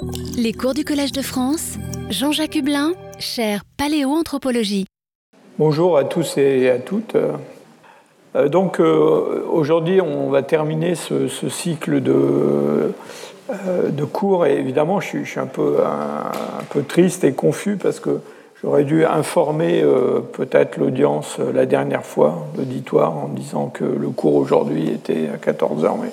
Les cours du Collège de France, Jean-Jacques Hublin, chaire Paléoanthropologie. Bonjour à tous et à toutes. Aujourd'hui, on va terminer ce cycle de cours. Et évidemment, je suis un peu triste et confus parce que j'aurais dû informer peut-être l'audience la dernière fois, l'auditoire, en disant que le cours aujourd'hui était à 14h. Mais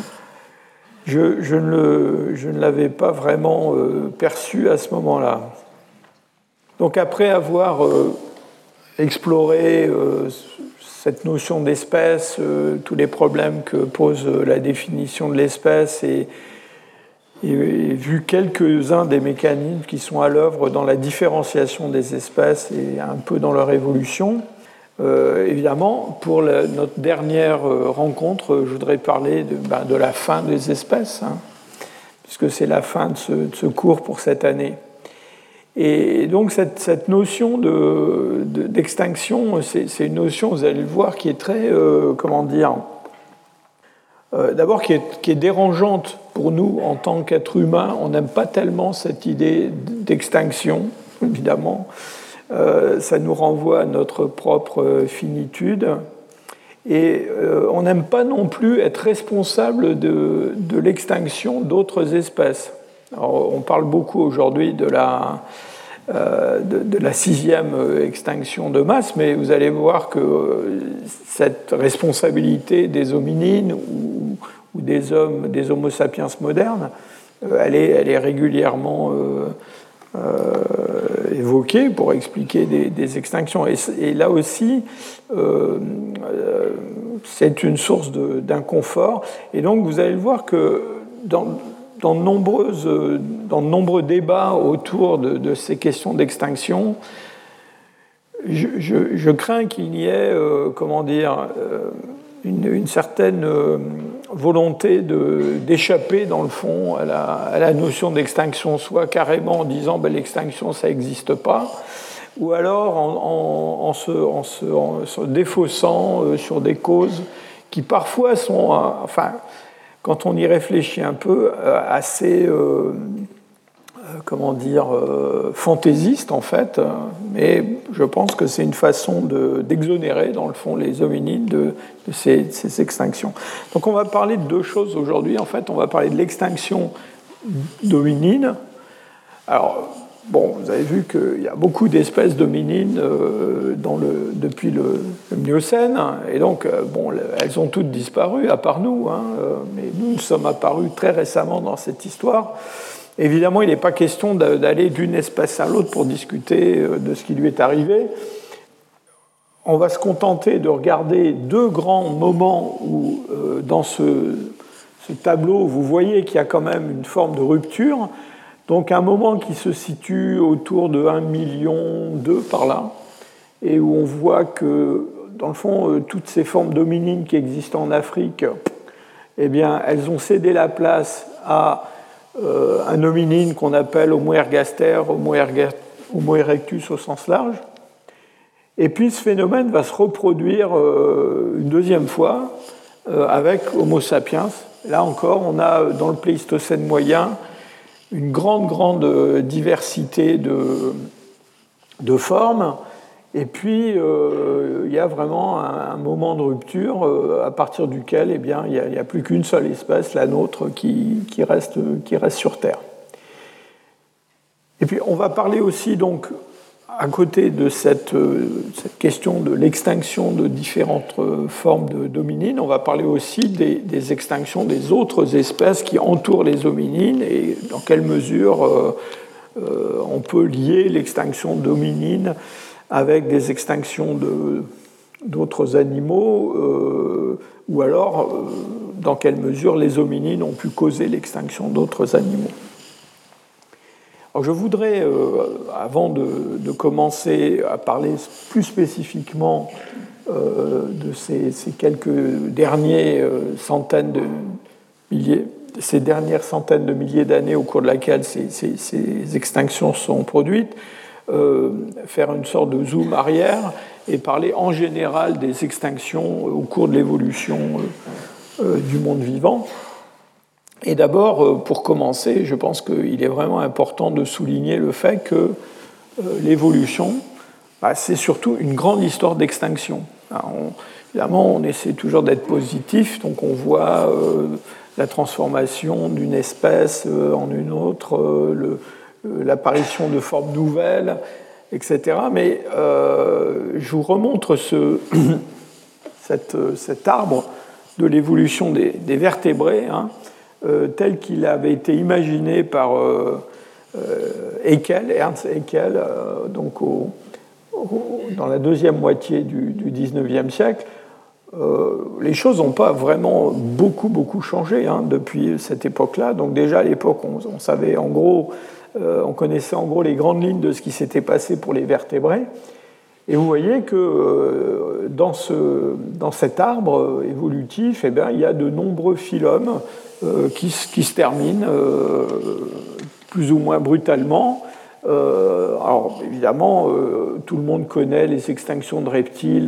je ne l'avais pas vraiment perçu à ce moment-là. Donc après avoir exploré cette notion d'espèce, tous les problèmes que pose la définition de l'espèce et vu quelques-uns des mécanismes qui sont à l'œuvre dans la différenciation des espèces et un peu dans leur évolution, évidemment, pour notre dernière rencontre, je voudrais parler de la fin des espèces, puisque c'est la fin de ce cours pour cette année. Et donc cette notion d'extinction, c'est une notion, vous allez le voir, qui est très, d'abord qui est dérangeante pour nous en tant qu'êtres humains. On n'aime pas tellement cette idée d'extinction, évidemment. Ça nous renvoie à notre propre finitude. Et on n'aime pas non plus être responsable de l'extinction d'autres espèces. Alors, on parle beaucoup aujourd'hui de la 6e extinction de masse, mais vous allez voir que cette responsabilité des hominines ou des hommes, des Homo sapiens modernes, elle est régulièrement évoquée pour expliquer des extinctions. Et là aussi, c'est une source d'inconfort. Et donc, vous allez le voir que dans de nombreux débats autour de ces questions d'extinction, je crains qu'il y ait, une certaine volonté d'échapper, dans le fond, à la notion d'extinction, soit carrément en disant l'extinction, ça n'existe pas, ou alors en se défaussant sur des causes qui parfois sont... quand on y réfléchit un peu, assez, fantaisiste en fait, mais je pense que c'est une façon d'exonérer, dans le fond, les hominines de ces extinctions. Donc on va parler de deux choses aujourd'hui. En fait, on va parler de l'extinction d'hominines. Alors, vous avez vu qu'il y a beaucoup d'espèces d'hominines depuis le Miocène, et donc, elles ont toutes disparu, à part nous, mais nous sommes apparus très récemment dans cette histoire. Évidemment, il n'est pas question d'aller d'une espèce à l'autre pour discuter de ce qui lui est arrivé. On va se contenter de regarder deux grands moments où, dans ce tableau, vous voyez qu'il y a quand même une forme de rupture. Donc un moment qui se situe autour de 1,2 million par là, et où on voit que, dans le fond, toutes ces formes d'hominines qui existent en Afrique, eh bien, elles ont cédé la place à un hominine qu'on appelle Homo ergaster, Homo erectus au sens large. Et puis ce phénomène va se reproduire une deuxième fois avec Homo sapiens. Là encore, on a dans le Pléistocène moyen une grande diversité de formes. Et puis, il y a vraiment un moment de rupture à partir duquel il n'y a plus qu'une seule espèce, la nôtre, qui reste sur Terre. Et puis, on va parler aussi, donc, à côté de cette question de l'extinction de différentes formes d'hominines, on va parler aussi des extinctions des autres espèces qui entourent les hominines et dans quelle mesure on peut lier l'extinction d'hominines avec des extinctions d'autres animaux, ou alors dans quelle mesure les hominines ont pu causer l'extinction d'autres animaux. Alors je voudrais, avant de commencer à parler plus spécifiquement de ces quelques dernières centaines de milliers d'années au cours de laquelle ces extinctions sont produites, faire une sorte de zoom arrière et parler en général des extinctions au cours de l'évolution du monde vivant. Et d'abord, pour commencer, je pense qu'il est vraiment important de souligner le fait que l'évolution, c'est surtout une grande histoire d'extinction. Évidemment, on essaie toujours d'être positif, donc on voit la transformation d'une espèce en une autre, l'apparition de formes nouvelles, etc. Mais je vous remontre cet arbre de l'évolution des vertébrés, tel qu'il avait été imaginé par Ernst Haeckel, donc dans la deuxième moitié du XIXe siècle. Les choses n'ont pas vraiment beaucoup changé depuis cette époque-là. Donc déjà à l'époque, on savait en gros, on connaissait en gros les grandes lignes de ce qui s'était passé pour les vertébrés. Et vous voyez que dans cet arbre évolutif, il y a de nombreux phylums qui se terminent plus ou moins brutalement. Alors évidemment, tout le monde connaît les extinctions de reptiles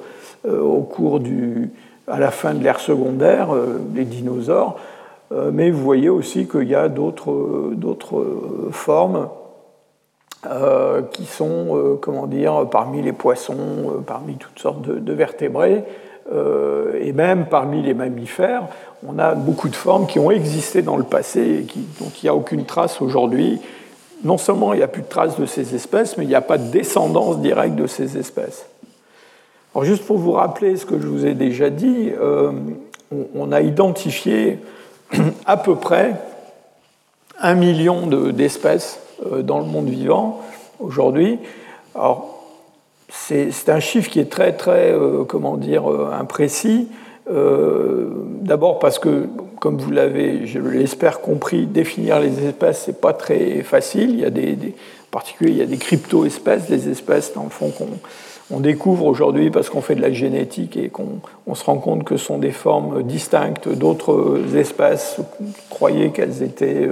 à la fin de l'ère secondaire, les dinosaures, mais vous voyez aussi qu'il y a d'autres formes qui sont, parmi les poissons, parmi toutes sortes de vertébrés, et même parmi les mammifères, on a beaucoup de formes qui ont existé dans le passé et dont il n'y a aucune trace aujourd'hui. Non seulement il n'y a plus de traces de ces espèces, mais il n'y a pas de descendance directe de ces espèces. Alors juste pour vous rappeler ce que je vous ai déjà dit, on a identifié à peu près 1 million d'espèces dans le monde vivant aujourd'hui. Alors c'est un chiffre qui est très imprécis. D'abord parce que, comme vous l'avez, je l'espère, compris, définir les espèces, c'est pas très facile. Il y a en particulier, il y a des crypto-espèces, des espèces dans le fond qu'on découvre aujourd'hui parce qu'on fait de la génétique et qu'on se rend compte que ce sont des formes distinctes d'autres espèces. On croyait qu'elles étaient,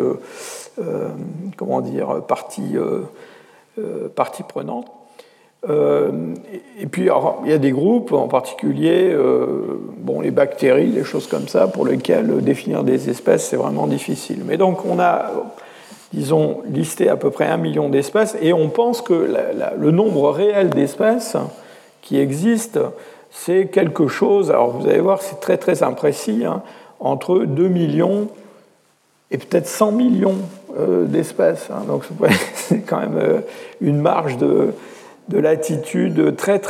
partie prenante. Et puis, alors, il y a des groupes, en particulier les bactéries, des choses comme ça, pour lesquelles définir des espèces, c'est vraiment difficile. Mais donc, on a, disons, listé à peu près 1 million d'espèces, et on pense que le nombre réel d'espèces qui existent, c'est quelque chose, alors vous allez voir, c'est très imprécis, entre 2 millions et peut-être 100 millions d'espèces. Donc, c'est quand même une marge de latitude très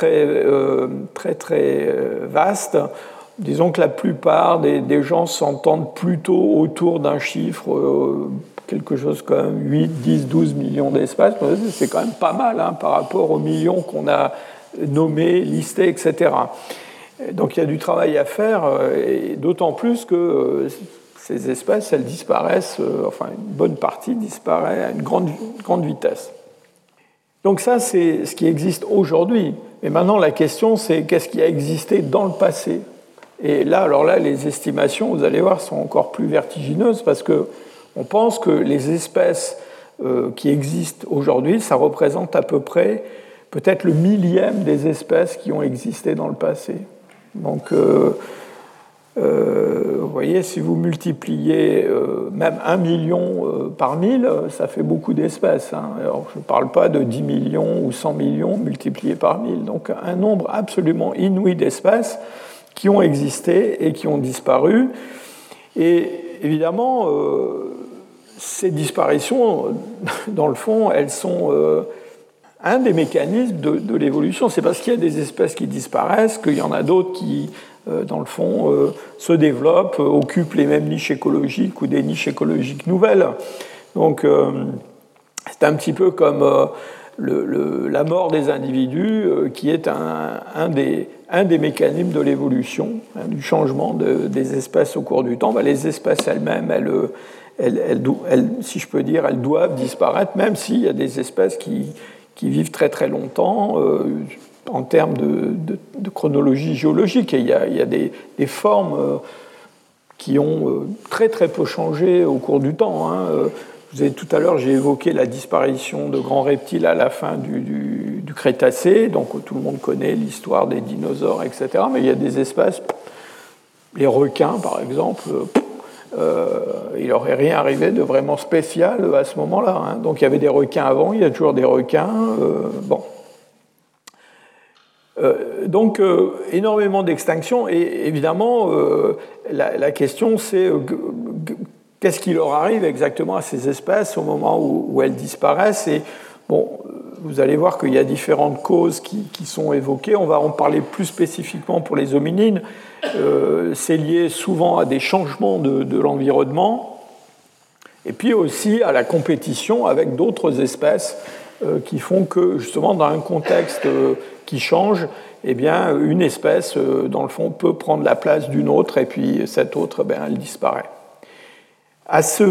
vaste. Disons que la plupart des gens s'entendent plutôt autour d'un chiffre, quelque chose comme 8, 10, 12 millions d'espèces. C'est quand même pas mal par rapport aux millions qu'on a nommés, listés, etc. Donc il y a du travail à faire, et d'autant plus que ces espèces, elles disparaissent, une bonne partie disparaît à une grande vitesse. Donc ça, c'est ce qui existe aujourd'hui. Mais maintenant, la question, c'est qu'est-ce qui a existé dans le passé ? Et là, les estimations, vous allez voir, sont encore plus vertigineuses parce qu'on pense que les espèces qui existent aujourd'hui, ça représente à peu près peut-être le millième des espèces qui ont existé dans le passé. Donc, vous voyez, si vous multipliez même 1 million par 1000, ça fait beaucoup d'espèces. Alors, je ne parle pas de 10 millions ou 100 millions multipliés par 1000. Donc, un nombre absolument inouï d'espèces qui ont existé et qui ont disparu. Et évidemment, ces disparitions, dans le fond, elles sont un des mécanismes de l'évolution. C'est parce qu'il y a des espèces qui disparaissent qu'il y en a d'autres qui, dans le fond, se développent, occupent les mêmes niches écologiques ou des niches écologiques nouvelles. Donc, c'est un petit peu comme la mort des individus, qui est un des mécanismes de l'évolution, du changement des espèces au cours du temps. Les espèces elles-mêmes, si je peux dire, elles doivent disparaître, même s'il y a des espèces qui vivent très longtemps en termes de chronologie géologique. Et il y a des formes qui ont très peu changé au cours du temps. Tout à l'heure, j'ai évoqué la disparition de grands reptiles à la fin du Crétacé, donc tout le monde connaît l'histoire des dinosaures, etc. Mais il y a des espèces, les requins par exemple, il n'aurait rien arrivé de vraiment spécial à ce moment-là. Hein. Donc il y avait des requins avant, il y a toujours des requins. Bon. Donc énormément d'extinctions, et évidemment, la question c'est qu'est-ce qui leur arrive exactement à ces espèces au moment où elles disparaissent. Et bon, vous allez voir qu'il y a différentes causes qui sont évoquées. On va en parler plus spécifiquement pour les hominines. C'est lié souvent à des changements de l'environnement, et puis aussi à la compétition avec d'autres espèces qui font que, justement, dans un contexte qui change, eh bien, une espèce, dans le fond, peut prendre la place d'une autre, et puis cette autre, elle disparaît. À ce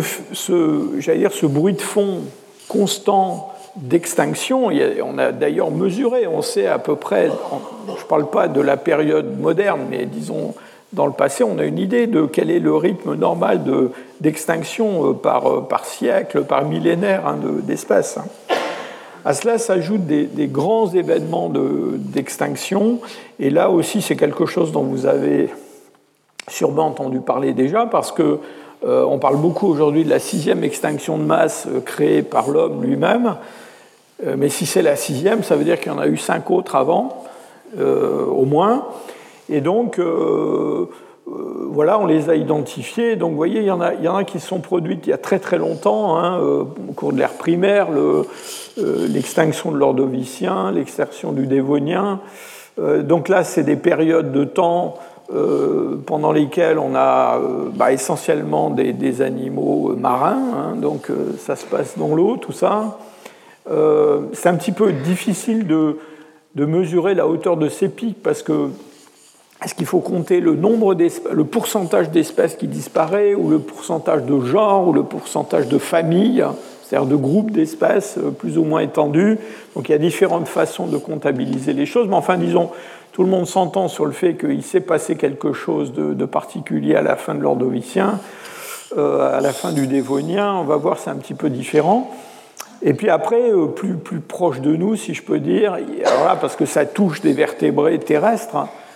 bruit de fond constant d'extinction, on a d'ailleurs mesuré, on sait à peu près, je ne parle pas de la période moderne, mais disons, dans le passé, on a une idée de quel est le rythme normal d'extinction par siècle, par millénaire d'espèces. À cela s'ajoutent des grands événements d'extinction, et là aussi c'est quelque chose dont vous avez sûrement entendu parler déjà, parce que on parle beaucoup aujourd'hui de la 6e extinction de masse créée par l'homme lui-même, mais si c'est la 6e, ça veut dire qu'il y en a eu 5 autres avant, au moins, et donc voilà, on les a identifiés. Donc vous voyez, il y en a qui se sont produites il y a très très longtemps, au cours de l'ère primaire, l'extinction de l'Ordovicien, l'extinction du Dévonien. Donc là, c'est des périodes de temps pendant lesquelles on a essentiellement des animaux marins, donc ça se passe dans l'eau, tout ça. C'est un petit peu difficile de mesurer la hauteur de ces pics, parce que est-ce qu'il faut compter le pourcentage d'espèces qui disparaît, ou le pourcentage de genres, ou le pourcentage de familles, c'est-à-dire de groupes d'espèces plus ou moins étendus. Donc il y a différentes façons de comptabiliser les choses, mais enfin, disons, tout le monde s'entend sur le fait qu'il s'est passé quelque chose de particulier à la fin de l'Ordovicien, à la fin du Dévonien. On va voir, c'est un petit peu différent. Et puis après, plus proche de nous, si je peux dire, alors là, parce que ça touche des vertébrés terrestres,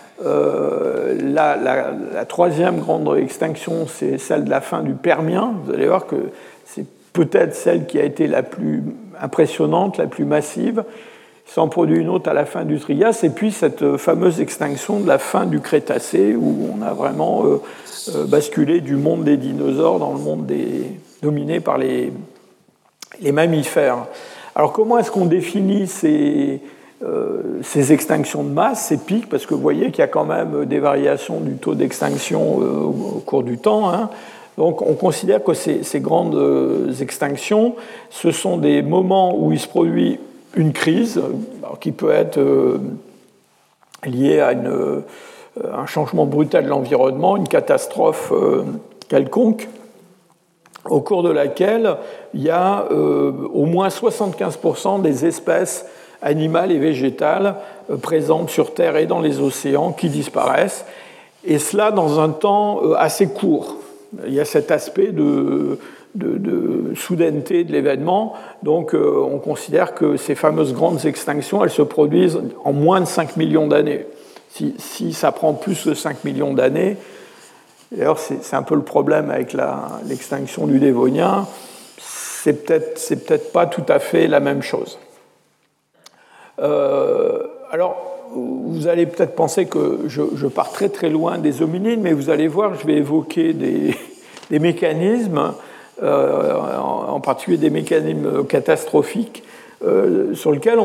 la troisième grande extinction, c'est celle de la fin du Permien. Vous allez voir que c'est peut-être celle qui a été la plus impressionnante, la plus massive. Il s'en produit une autre à la fin du Trias, et puis cette fameuse extinction de la fin du Crétacé, où on a vraiment basculé du monde des dinosaures dans le monde dominé par les mammifères. Alors comment est-ce qu'on définit ces extinctions de masse, ces pics, parce que vous voyez qu'il y a quand même des variations du taux d'extinction au cours du temps. Donc on considère que ces grandes extinctions, ce sont des moments où il se produit une crise, qui peut être liée à un changement brutal de l'environnement, une catastrophe quelconque, au cours de laquelle il y a au moins 75% des espèces animales et végétales présentes sur Terre et dans les océans qui disparaissent, et cela dans un temps assez court. Il y a cet aspect de soudaineté de l'événement, donc on considère que ces fameuses grandes extinctions, elles se produisent en moins de 5 millions d'années. Si ça prend plus de 5 millions d'années, d'ailleurs c'est un peu le problème avec l'extinction du Dévonien, c'est peut-être pas tout à fait la même chose. Alors, vous allez peut-être penser que je pars très très loin des hominines, mais vous allez voir, je vais évoquer des mécanismes, en particulier des mécanismes catastrophiques, sur lesquels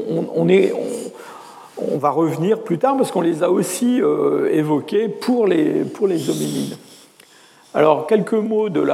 on va revenir plus tard, parce qu'on les a aussi évoqués pour les hominines. Alors, quelques mots de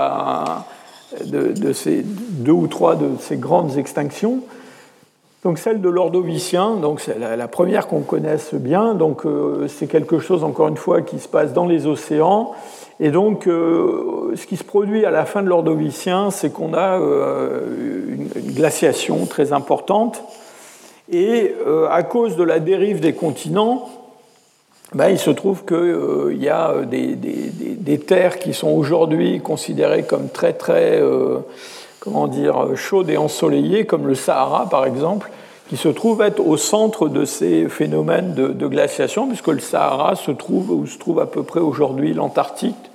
ces 2 ou 3 de ces grandes extinctions. Donc celle de l'Ordovicien, donc c'est la première qu'on connaisse bien, donc c'est quelque chose, encore une fois, qui se passe dans les océans. Et donc ce qui se produit à la fin de l'Ordovicien, c'est qu'on a une glaciation très importante, et à cause de la dérive des continents, il se trouve qu'il y a des terres qui sont aujourd'hui considérées comme très très chaudes et ensoleillées, comme le Sahara par exemple, qui se trouve être au centre de ces phénomènes de glaciation, puisque le Sahara se trouve où se trouve à peu près aujourd'hui l'Antarctique,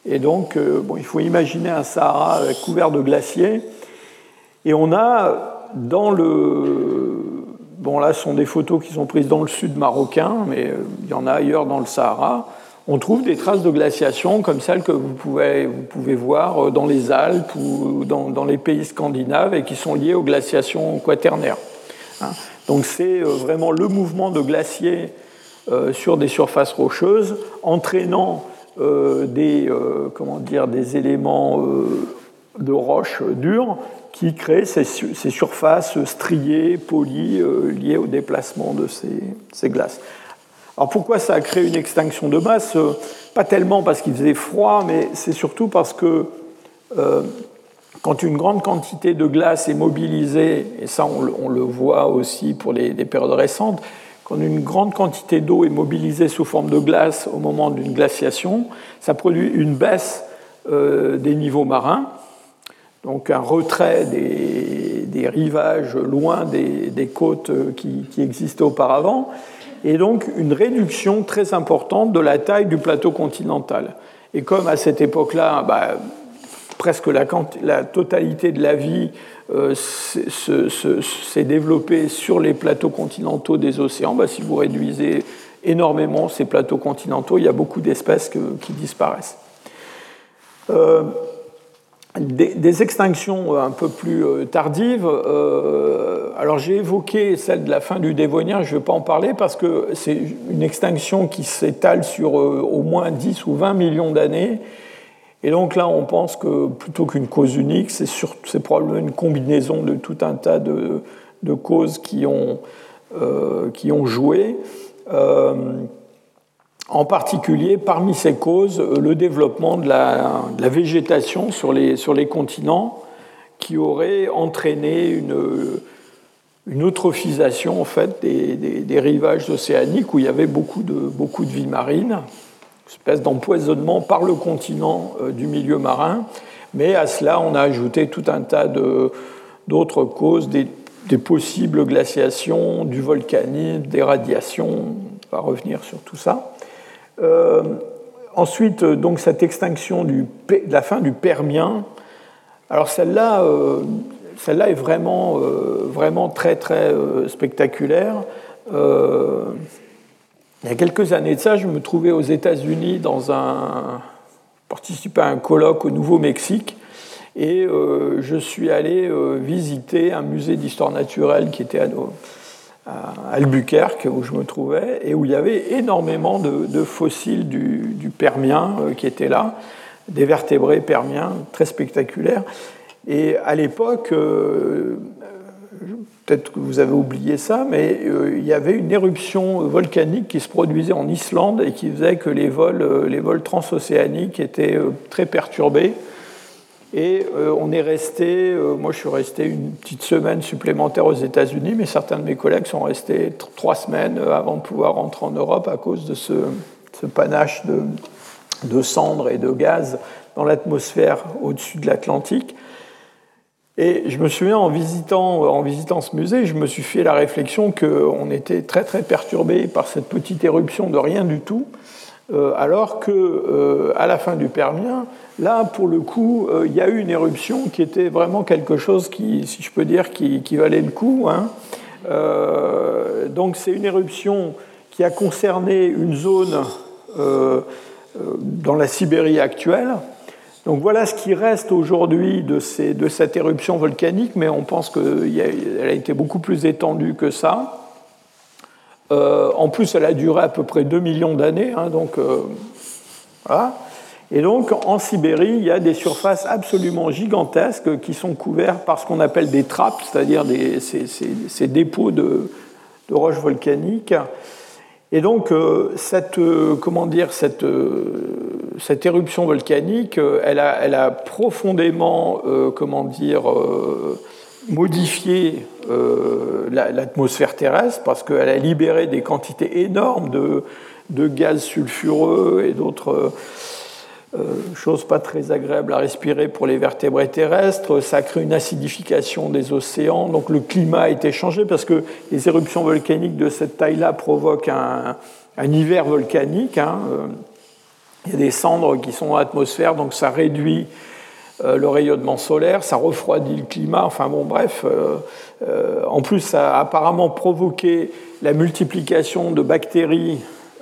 Et donc, il faut imaginer un Sahara couvert de glaciers. Et on a dans le... Bon, là, ce sont des photos qui sont prises dans le sud marocain, mais il y en a ailleurs dans le Sahara. On trouve des traces de glaciation comme celles que vous pouvez voir dans les Alpes ou dans les pays scandinaves et qui sont liées aux glaciations quaternaires. Donc c'est vraiment le mouvement de glaciers sur des surfaces rocheuses entraînant des éléments de roches dures qui créent ces surfaces striées, polies, liées au déplacement de ces glaces. Alors pourquoi ça a créé une extinction de masse? Pas tellement parce qu'il faisait froid, mais c'est surtout parce que quand une grande quantité de glace est mobilisée, et ça on le voit aussi pour les périodes récentes, quand une grande quantité d'eau est mobilisée sous forme de glace au moment d'une glaciation, ça produit une baisse des niveaux marins, donc un retrait des rivages loin des côtes qui existaient auparavant, et donc une réduction très importante de la taille du plateau continental. Et comme à cette époque-là, presque la totalité de la vie s'est développée sur les plateaux continentaux des océans, si vous réduisez énormément ces plateaux continentaux, il y a beaucoup d'espèces qui disparaissent. Des extinctions un peu plus tardives, alors j'ai évoqué celle de la fin du Dévonien, je ne vais pas en parler parce que c'est une extinction qui s'étale sur au moins 10 ou 20 millions d'années. Et donc là, on pense que plutôt qu'une cause unique, c'est probablement une combinaison de tout un tas de causes qui ont joué. En particulier, parmi ces causes, le développement de la végétation sur les continents qui aurait entraîné une eutrophisation en fait, des rivages océaniques où il y avait beaucoup de vie marine, une espèce d'empoisonnement par le continent du milieu marin. Mais à cela, on a ajouté tout un tas d'autres causes, des possibles glaciations, du volcanisme, des radiations. On va revenir sur tout ça. Ensuite, donc, cette extinction de la fin du Permien, alors celle-là est vraiment très, très spectaculaire. Il y a quelques années de ça, je me trouvais aux États-Unis participais à un colloque au Nouveau-Mexique et je suis allé visiter un musée d'histoire naturelle qui était à Albuquerque, où je me trouvais, et où il y avait énormément de fossiles du Permien qui étaient là, des vertébrés permiens très spectaculaires. Et à l'époque, peut-être que vous avez oublié ça, mais il y avait une éruption volcanique qui se produisait en Islande et qui faisait que les vols transocéaniques étaient très perturbés. Et on est resté, moi je suis resté une petite semaine supplémentaire aux États-Unis, mais certains de mes collègues sont restés 3 semaines avant de pouvoir rentrer en Europe à cause de ce panache de cendres et de gaz dans l'atmosphère au-dessus de l'Atlantique. Et je me souviens, en visitant ce musée, je me suis fait la réflexion qu'on était très très perturbé par cette petite éruption de rien du tout, alors qu'à la fin du Permien, là, pour le coup, il y a eu une éruption qui était vraiment quelque chose qui, si je peux dire, qui valait le coup. Donc c'est une éruption qui a concerné une zone dans la Sibérie actuelle. Donc voilà ce qui reste aujourd'hui de cette éruption volcanique, mais on pense qu'elle a été beaucoup plus étendue que ça. En plus, elle a duré à peu près 2 millions d'années. Donc, voilà. Et donc, en Sibérie, il y a des surfaces absolument gigantesques qui sont couvertes par ce qu'on appelle des trappes, c'est-à-dire ces dépôts de roches volcaniques. Et donc, cette éruption volcanique, elle a profondément, modifié l'atmosphère terrestre parce qu'elle a libéré des quantités énormes de gaz sulfureux et d'autres choses pas très agréables à respirer pour les vertébrés terrestres. Ça a créé une acidification des océans, donc le climat a été changé parce que les éruptions volcaniques de cette taille-là provoquent un hiver volcanique. Il y a des cendres qui sont dans l'atmosphère, donc ça réduit le rayonnement solaire, ça refroidit le climat, enfin bon, bref. En plus, ça a apparemment provoqué la multiplication de bactéries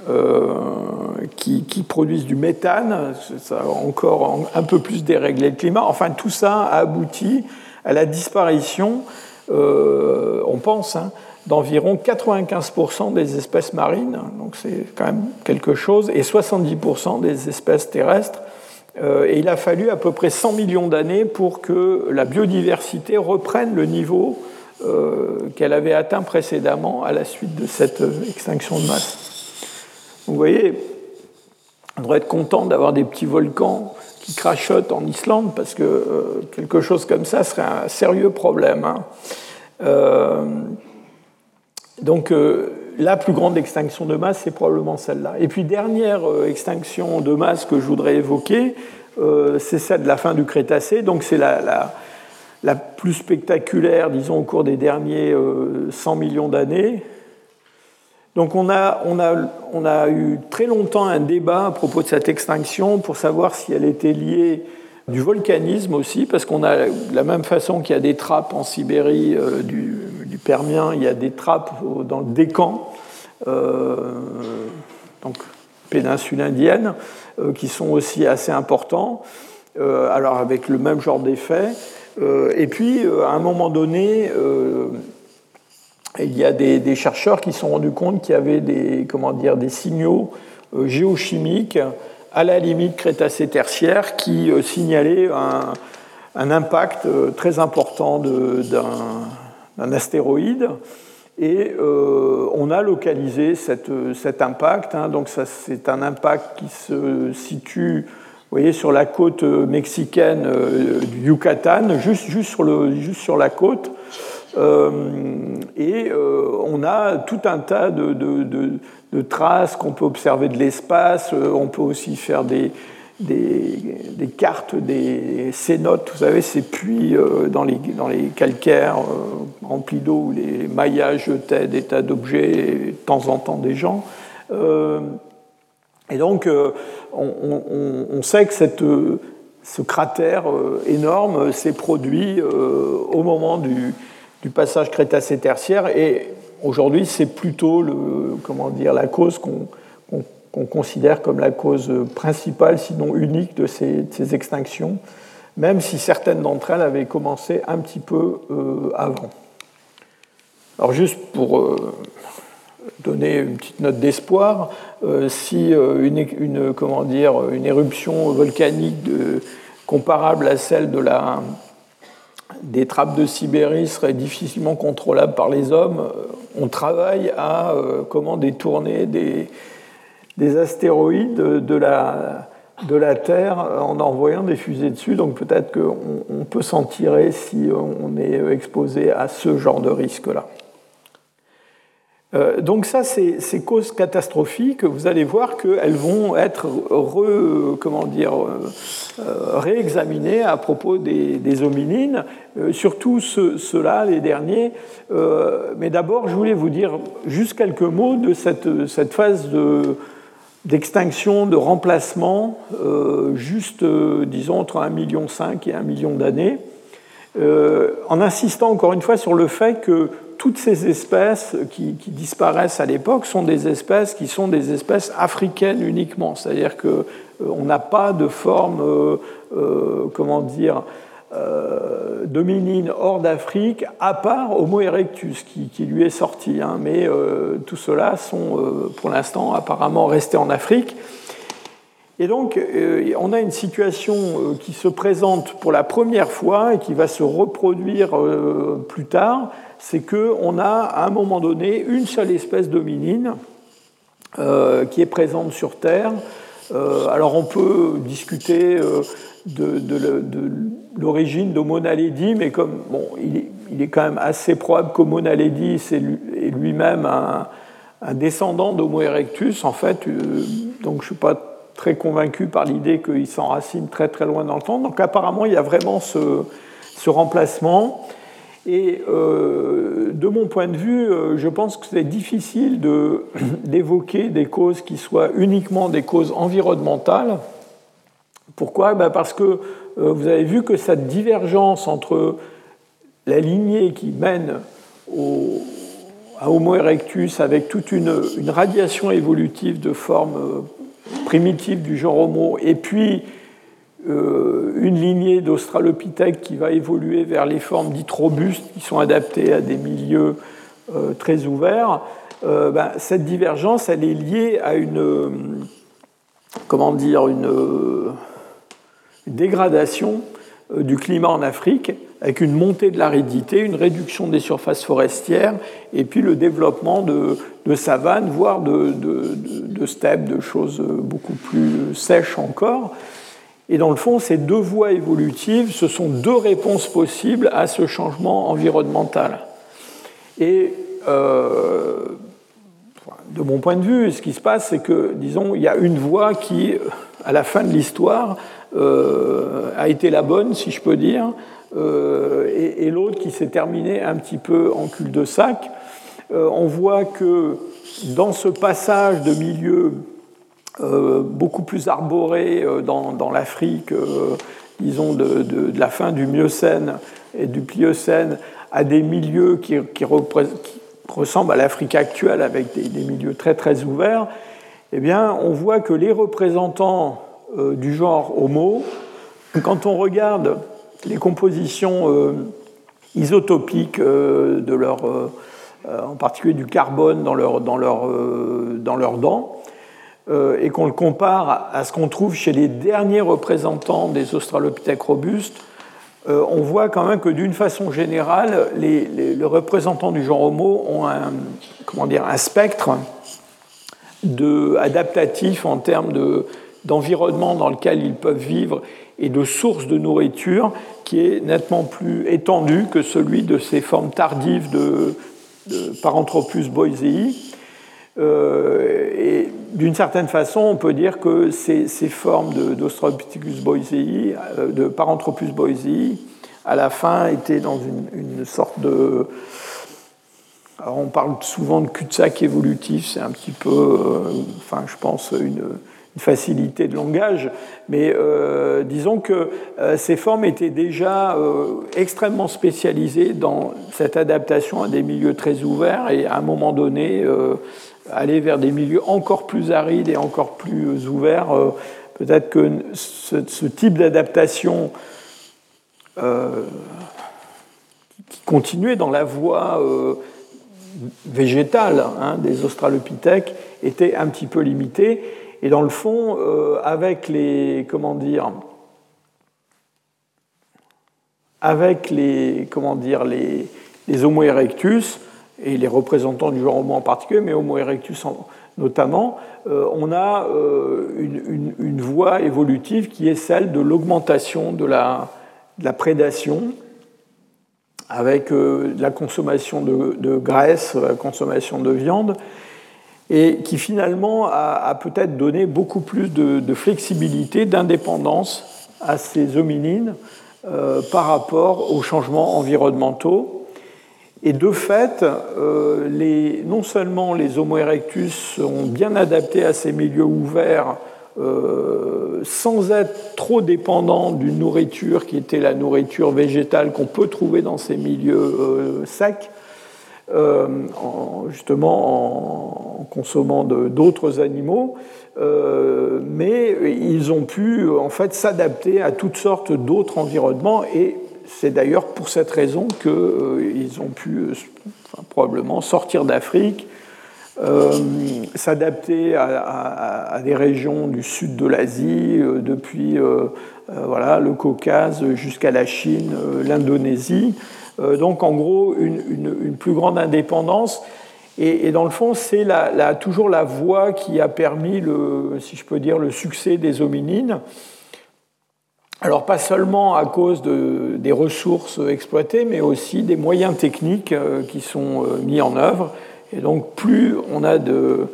qui produisent du méthane, ça a encore un peu plus déréglé le climat. Enfin, tout ça a abouti à la disparition, on pense, d'environ 95% des espèces marines, donc c'est quand même quelque chose, et 70% des espèces terrestres. Et il a fallu à peu près 100 millions d'années pour que la biodiversité reprenne le niveau qu'elle avait atteint précédemment à la suite de cette extinction de masse. Vous voyez, on devrait être content d'avoir des petits volcans qui crachotent en Islande parce que quelque chose comme ça serait un sérieux problème. Donc, la plus grande extinction de masse, c'est probablement celle-là. Et puis, dernière extinction de masse que je voudrais évoquer, c'est celle de la fin du Crétacé. Donc, c'est la plus spectaculaire, disons, au cours des derniers 100 millions d'années. Donc, on a eu très longtemps un débat à propos de cette extinction pour savoir si elle était liée du volcanisme aussi, parce qu'on a, de la même façon qu'il y a des trappes en Sibérie du Permien, il y a des trappes dans le Décan, donc péninsule indienne, qui sont aussi assez importants, alors avec le même genre d'effet. Et puis, à un moment donné, il y a des chercheurs qui se sont rendus compte qu'il y avait des signaux géochimiques à la limite Crétacé-Tertiaire qui signalaient un impact très important d'un astéroïde. Et on a localisé cet impact. Donc ça, c'est un impact qui se situe, vous voyez, sur la côte mexicaine du Yucatan, juste sur la côte. Et on a tout un tas de traces qu'on peut observer de l'espace. On peut aussi faire des cartes, des cénotes, vous savez, ces puits dans les calcaires remplis d'eau où les Mayas jetaient des tas d'objets, et de temps en temps des gens. Et donc, on sait que ce cratère énorme s'est produit au moment du passage Crétacé-Tertiaire, et aujourd'hui, c'est plutôt la cause qu'on considère comme la cause principale, sinon unique, de ces extinctions, même si certaines d'entre elles avaient commencé un petit peu avant. Alors juste pour donner une petite note d'espoir, si une éruption volcanique comparable à celle des trappes de Sibérie serait difficilement contrôlable par les hommes, on travaille à détourner des astéroïdes de la Terre en envoyant des fusées dessus. Donc peut-être qu'on peut s'en tirer si on est exposé à ce genre de risque-là. Donc ça, ces causes catastrophiques, vous allez voir qu'elles vont être réexaminées à propos des hominines, surtout ceux-là, les derniers. Mais d'abord, je voulais vous dire juste quelques mots de cette phase d'extinction, de remplacement, disons, entre 1,5 million et 1 million d'années, en insistant encore une fois sur le fait que toutes ces espèces qui disparaissent à l'époque sont des espèces qui sont des espèces africaines uniquement. C'est-à-dire qu'on n'a pas de forme, d'hominine hors d'Afrique, à part Homo erectus, qui lui est sorti. Mais tout cela sont, pour l'instant, apparemment restés en Afrique. Et donc, on a une situation qui se présente pour la première fois et qui va se reproduire plus tard. C'est qu'on a, à un moment donné, une seule espèce d'hominine qui est présente sur Terre. Alors, on peut discuter de l'origine d'Homo naledi, mais il est quand même assez probable qu'Homo naledi est lui-même un descendant d'Homo erectus, en fait. Donc, je ne suis pas très convaincu par l'idée qu'il s'enracine très très loin dans le temps. Donc apparemment, il y a vraiment ce remplacement. Et de mon point de vue, je pense que c'est difficile d'évoquer des causes qui soient uniquement des causes environnementales. Pourquoi? Parce que vous avez vu que cette divergence entre la lignée qui mène à Homo erectus avec toute une radiation évolutive de forme primitive du genre Homo, et puis une lignée d'Australopithèques qui va évoluer vers les formes dites robustes qui sont adaptées à des milieux très ouverts, cette divergence, elle est liée à une dégradation du climat en Afrique, avec une montée de l'aridité, une réduction des surfaces forestières, et puis le développement de savanes, voire de steppes, de choses beaucoup plus sèches encore. Et dans le fond, ces deux voies évolutives, ce sont deux réponses possibles à ce changement environnemental. Et de mon point de vue, ce qui se passe, c'est que, disons, il y a une voie qui, à la fin de l'histoire, a été la bonne, si je peux dire, et l'autre qui s'est terminée un petit peu en cul-de-sac. On voit que dans ce passage de milieux beaucoup plus arborés dans l'Afrique, disons, de la fin du Miocène et du Pliocène, à des milieux qui ressemblent à l'Afrique actuelle, avec des milieux très très ouverts, eh bien, on voit que les représentants du genre Homo, quand on regarde les compositions isotopiques de en particulier du carbone dans leurs dents, et qu'on le compare à ce qu'on trouve chez les derniers représentants des Australopithèques robustes, on voit quand même que d'une façon générale, les représentants du genre Homo ont un spectre adaptatif en termes d'environnement dans lequel ils peuvent vivre et de sources de nourriture qui est nettement plus étendu que celui de ces formes tardives de Paranthropus boisei. Et d'une certaine façon, on peut dire que ces formes d'Australopithecus boisei, de Paranthropus boisei, à la fin étaient dans une sorte de... Alors on parle souvent de cul-de-sac évolutif, c'est un petit peu, je pense, une facilité de langage, mais disons que ces formes étaient déjà extrêmement spécialisées dans cette adaptation à des milieux très ouverts et à un moment donné aller vers des milieux encore plus arides et encore plus ouverts. Peut-être que ce type d'adaptation qui continuait dans la voie végétale des Australopithèques était un petit peu limité. Et dans le fond, avec les Homo erectus et les représentants du genre Homo en particulier, mais Homo erectus notamment, on a une voie évolutive qui est celle de l'augmentation de la prédation, avec la consommation de graisse, la consommation de viande, et qui finalement a peut-être donné beaucoup plus de flexibilité, d'indépendance à ces hominines par rapport aux changements environnementaux. Et de fait, non seulement les Homo erectus sont bien adaptés à ces milieux ouverts sans être trop dépendants d'une nourriture qui était la nourriture végétale qu'on peut trouver dans ces milieux secs, justement en consommant d'autres animaux, mais ils ont pu en fait s'adapter à toutes sortes d'autres environnements, et c'est d'ailleurs pour cette raison qu'ils ont pu probablement sortir d'Afrique, s'adapter à des régions du sud de l'Asie, depuis le Caucase jusqu'à la Chine, l'Indonésie. Donc en gros une plus grande indépendance, et dans le fond c'est toujours la voie qui a permis si je peux dire, le succès des hominines. Alors pas seulement à cause des ressources exploitées, mais aussi des moyens techniques qui sont mis en œuvre. Et donc plus on a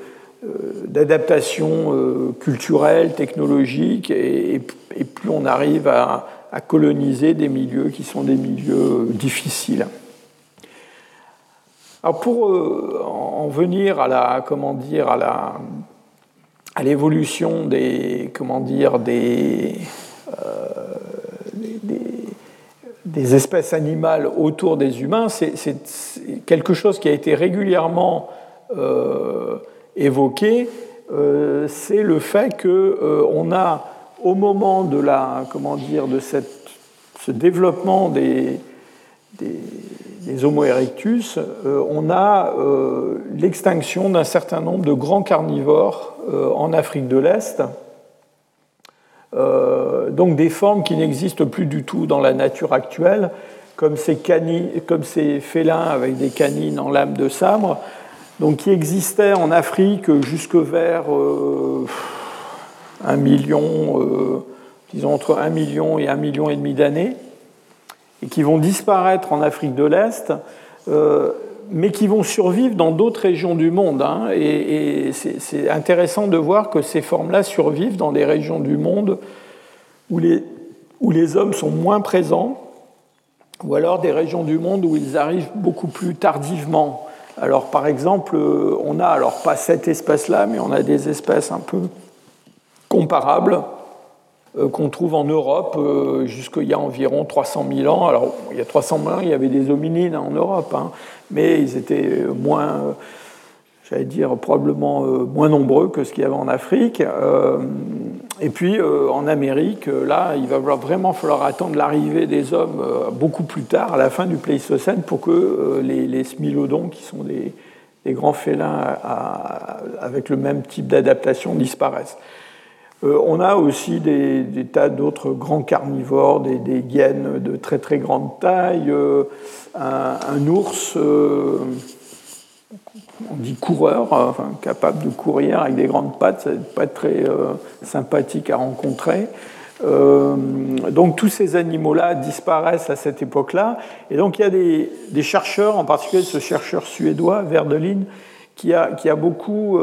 d'adaptation culturelle, technologique, et plus on arrive à coloniser des milieux qui sont des milieux difficiles. Alors pour en venir à l'évolution des espèces animales autour des humains, c'est quelque chose qui a été régulièrement évoqué. C'est le fait qu'on a, au moment de ce développement des Homo erectus, on a l'extinction d'un certain nombre de grands carnivores en Afrique de l'Est, donc des formes qui n'existent plus du tout dans la nature actuelle, comme ces félins avec des canines en lame de sabre, donc qui existaient en Afrique jusque vers 1 million, disons entre 1 million et 1,5 million d'années, et qui vont disparaître en Afrique de l'Est, mais qui vont survivre dans d'autres régions du monde. Hein, et c'est intéressant de voir que ces formes-là survivent dans des régions du monde où les hommes sont moins présents, ou alors des régions du monde où ils arrivent beaucoup plus tardivement. Alors, par exemple, on n'a alors pas cette espèce-là, mais on a des espèces un peu comparables qu'on trouve en Europe jusqu'il y a environ 300 000 ans. Alors, il y a 300 000 ans, il y avait des hominines en Europe, hein, mais ils étaient moins, probablement moins nombreux que ce qu'il y avait en Afrique. Et puis, en Amérique, là, il va vraiment falloir attendre l'arrivée des hommes beaucoup plus tard, à la fin du Pléistocène, pour que les smilodons, qui sont des grands félins avec le même type d'adaptation, disparaissent. On a aussi des tas d'autres grands carnivores, des hyènes de très très grande taille, un ours, on dit coureur, enfin, capable de courir avec des grandes pattes, ça ne va pas être très sympathique à rencontrer. Donc tous ces animaux-là disparaissent à cette époque-là. Et donc il y a des chercheurs, en particulier ce chercheur suédois, Verdelin, qui a beaucoup,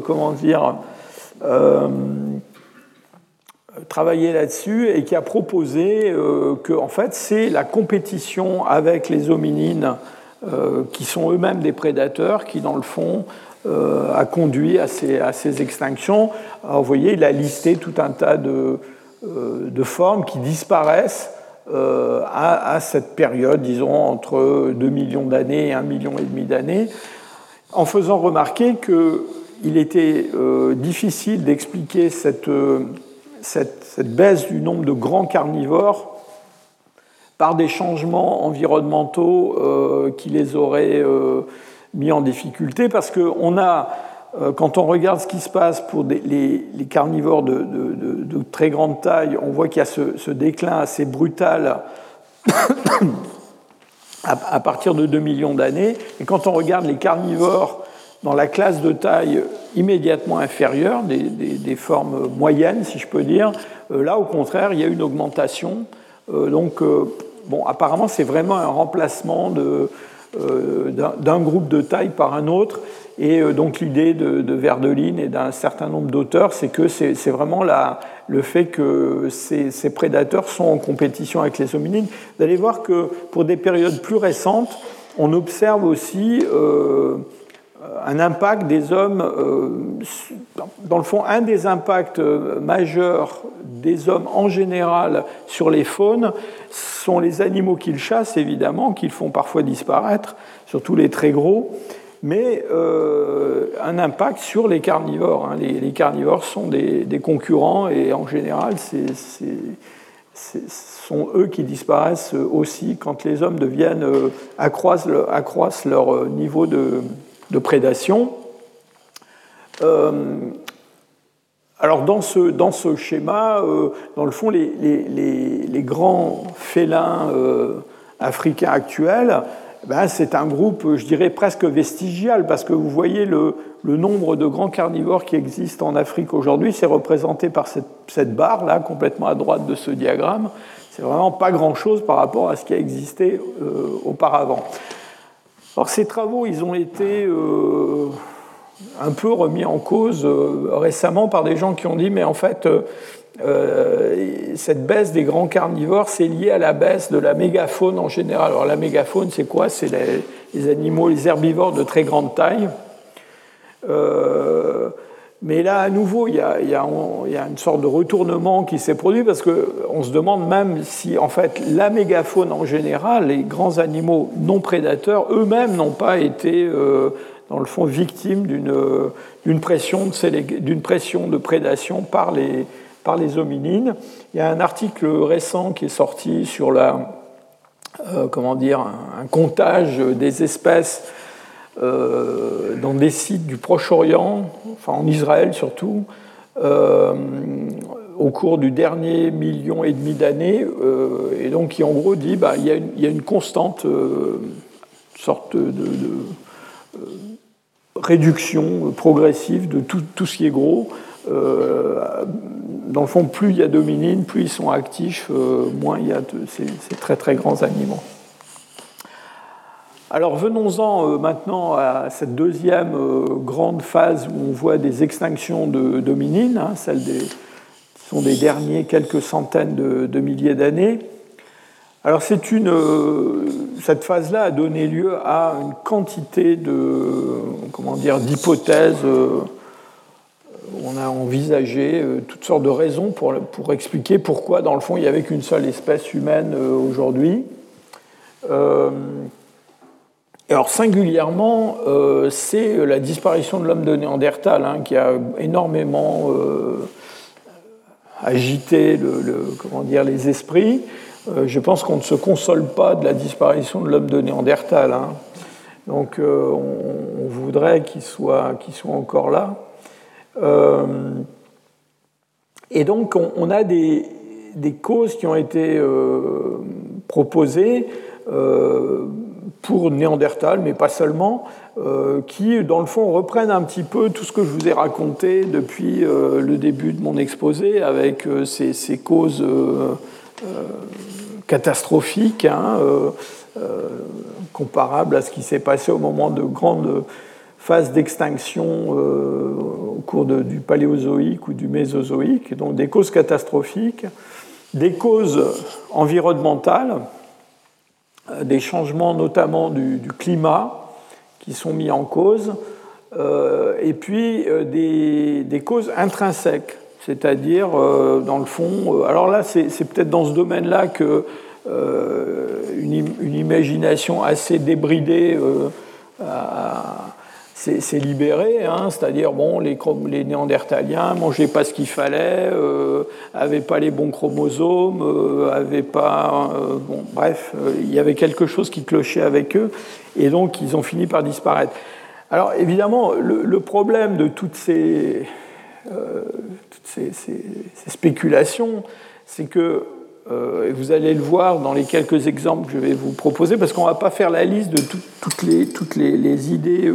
travaillé là-dessus et qui a proposé que en fait, c'est la compétition avec les hominines qui sont eux-mêmes des prédateurs qui, dans le fond, a conduit à ces extinctions. Alors, vous voyez, il a listé tout un tas de formes qui disparaissent à cette période, disons, entre 2 millions d'années et 1,5 million d'années, en faisant remarquer qu'il était difficile d'expliquer cette baisse du nombre de grands carnivores par des changements environnementaux qui les auraient mis en difficulté, parce que quand on regarde ce qui se passe pour les carnivores de très grande taille, on voit qu'il y a ce déclin assez brutal à partir de 2 millions d'années, et quand on regarde les carnivores dans la classe de taille immédiatement inférieure, des formes moyennes, si je peux dire, là, au contraire, il y a une augmentation. Apparemment, c'est vraiment un remplacement d'un groupe de taille par un autre. Et donc, l'idée de Verdelin et d'un certain nombre d'auteurs, c'est que c'est vraiment le fait que ces prédateurs sont en compétition avec les hominines. Vous allez voir que pour des périodes plus récentes, on observe aussi un impact des hommes, dans le fond, un des impacts majeurs des hommes en général sur les faunes sont les animaux qu'ils chassent, évidemment, qu'ils font parfois disparaître, surtout les très gros, mais un impact sur les carnivores. Hein. Les carnivores sont des concurrents et en général, ce sont eux qui disparaissent aussi quand les hommes accroissent leur niveau de prédation. Alors dans ce schéma, dans le fond, les grands félins africains actuels, c'est un groupe, je dirais, presque vestigial, parce que vous voyez le nombre de grands carnivores qui existent en Afrique aujourd'hui, c'est représenté par cette barre-là, complètement à droite de ce diagramme. C'est vraiment pas grand-chose par rapport à ce qui a existé auparavant. Alors ces travaux, ils ont été un peu remis en cause récemment par des gens qui ont dit mais en fait cette baisse des grands carnivores c'est lié à la baisse de la mégafaune en général. Alors la mégafaune c'est quoi? C'est les animaux, les herbivores de très grande taille. Mais là, à nouveau, il y a une sorte de retournement qui s'est produit parce qu'on se demande même si, en fait, la mégafaune en général, les grands animaux non prédateurs, eux-mêmes n'ont pas été, dans le fond, victimes d'une pression de prédation par les hominines. Il y a un article récent qui est sorti sur un comptage des espèces dans des sites du Proche-Orient, enfin en Israël surtout, au cours du dernier 1,5 million d'années, et donc qui en gros dit il y a une constante sorte de réduction progressive de tout ce qui est gros. Dans le fond, plus il y a d'hominines, plus ils sont actifs, moins il y a ces très très grands animaux. Alors venons-en maintenant à cette deuxième grande phase où on voit des extinctions d'hominines, celles qui sont des derniers quelques centaines de milliers d'années. Alors cette phase-là a donné lieu à une quantité d'hypothèses. On a envisagé toutes sortes de raisons pour expliquer pourquoi, dans le fond, il n'y avait qu'une seule espèce humaine aujourd'hui. Alors singulièrement, c'est la disparition de l'homme de Néandertal qui a énormément agité les esprits. Je pense qu'on ne se console pas de la disparition de l'homme de Néandertal. Donc on voudrait qu'il soit encore là. Et donc on a des causes qui ont été proposées pour Néandertal, mais pas seulement, qui, dans le fond, reprennent un petit peu tout ce que je vous ai raconté depuis le début de mon exposé, avec ces causes catastrophiques, comparables à ce qui s'est passé au moment de grandes phases d'extinction au cours du Paléozoïque ou du Mésozoïque, donc des causes catastrophiques, des causes environnementales, des changements notamment du climat qui sont mis en cause, et puis des causes intrinsèques, c'est-à-dire, dans le fond, alors là, c'est peut-être dans ce domaine-là que une imagination assez débridée s'est libérée, c'est-à-dire, les Néandertaliens ne mangeaient pas ce qu'il fallait, n'avaient pas les bons chromosomes, n'avaient pas... bref, il y avait quelque chose qui clochait avec eux, et donc ils ont fini par disparaître. Alors, évidemment, le problème de toutes ces spéculations, c'est que, et vous allez le voir dans les quelques exemples que je vais vous proposer, parce qu'on ne va pas faire la liste de toutes les idées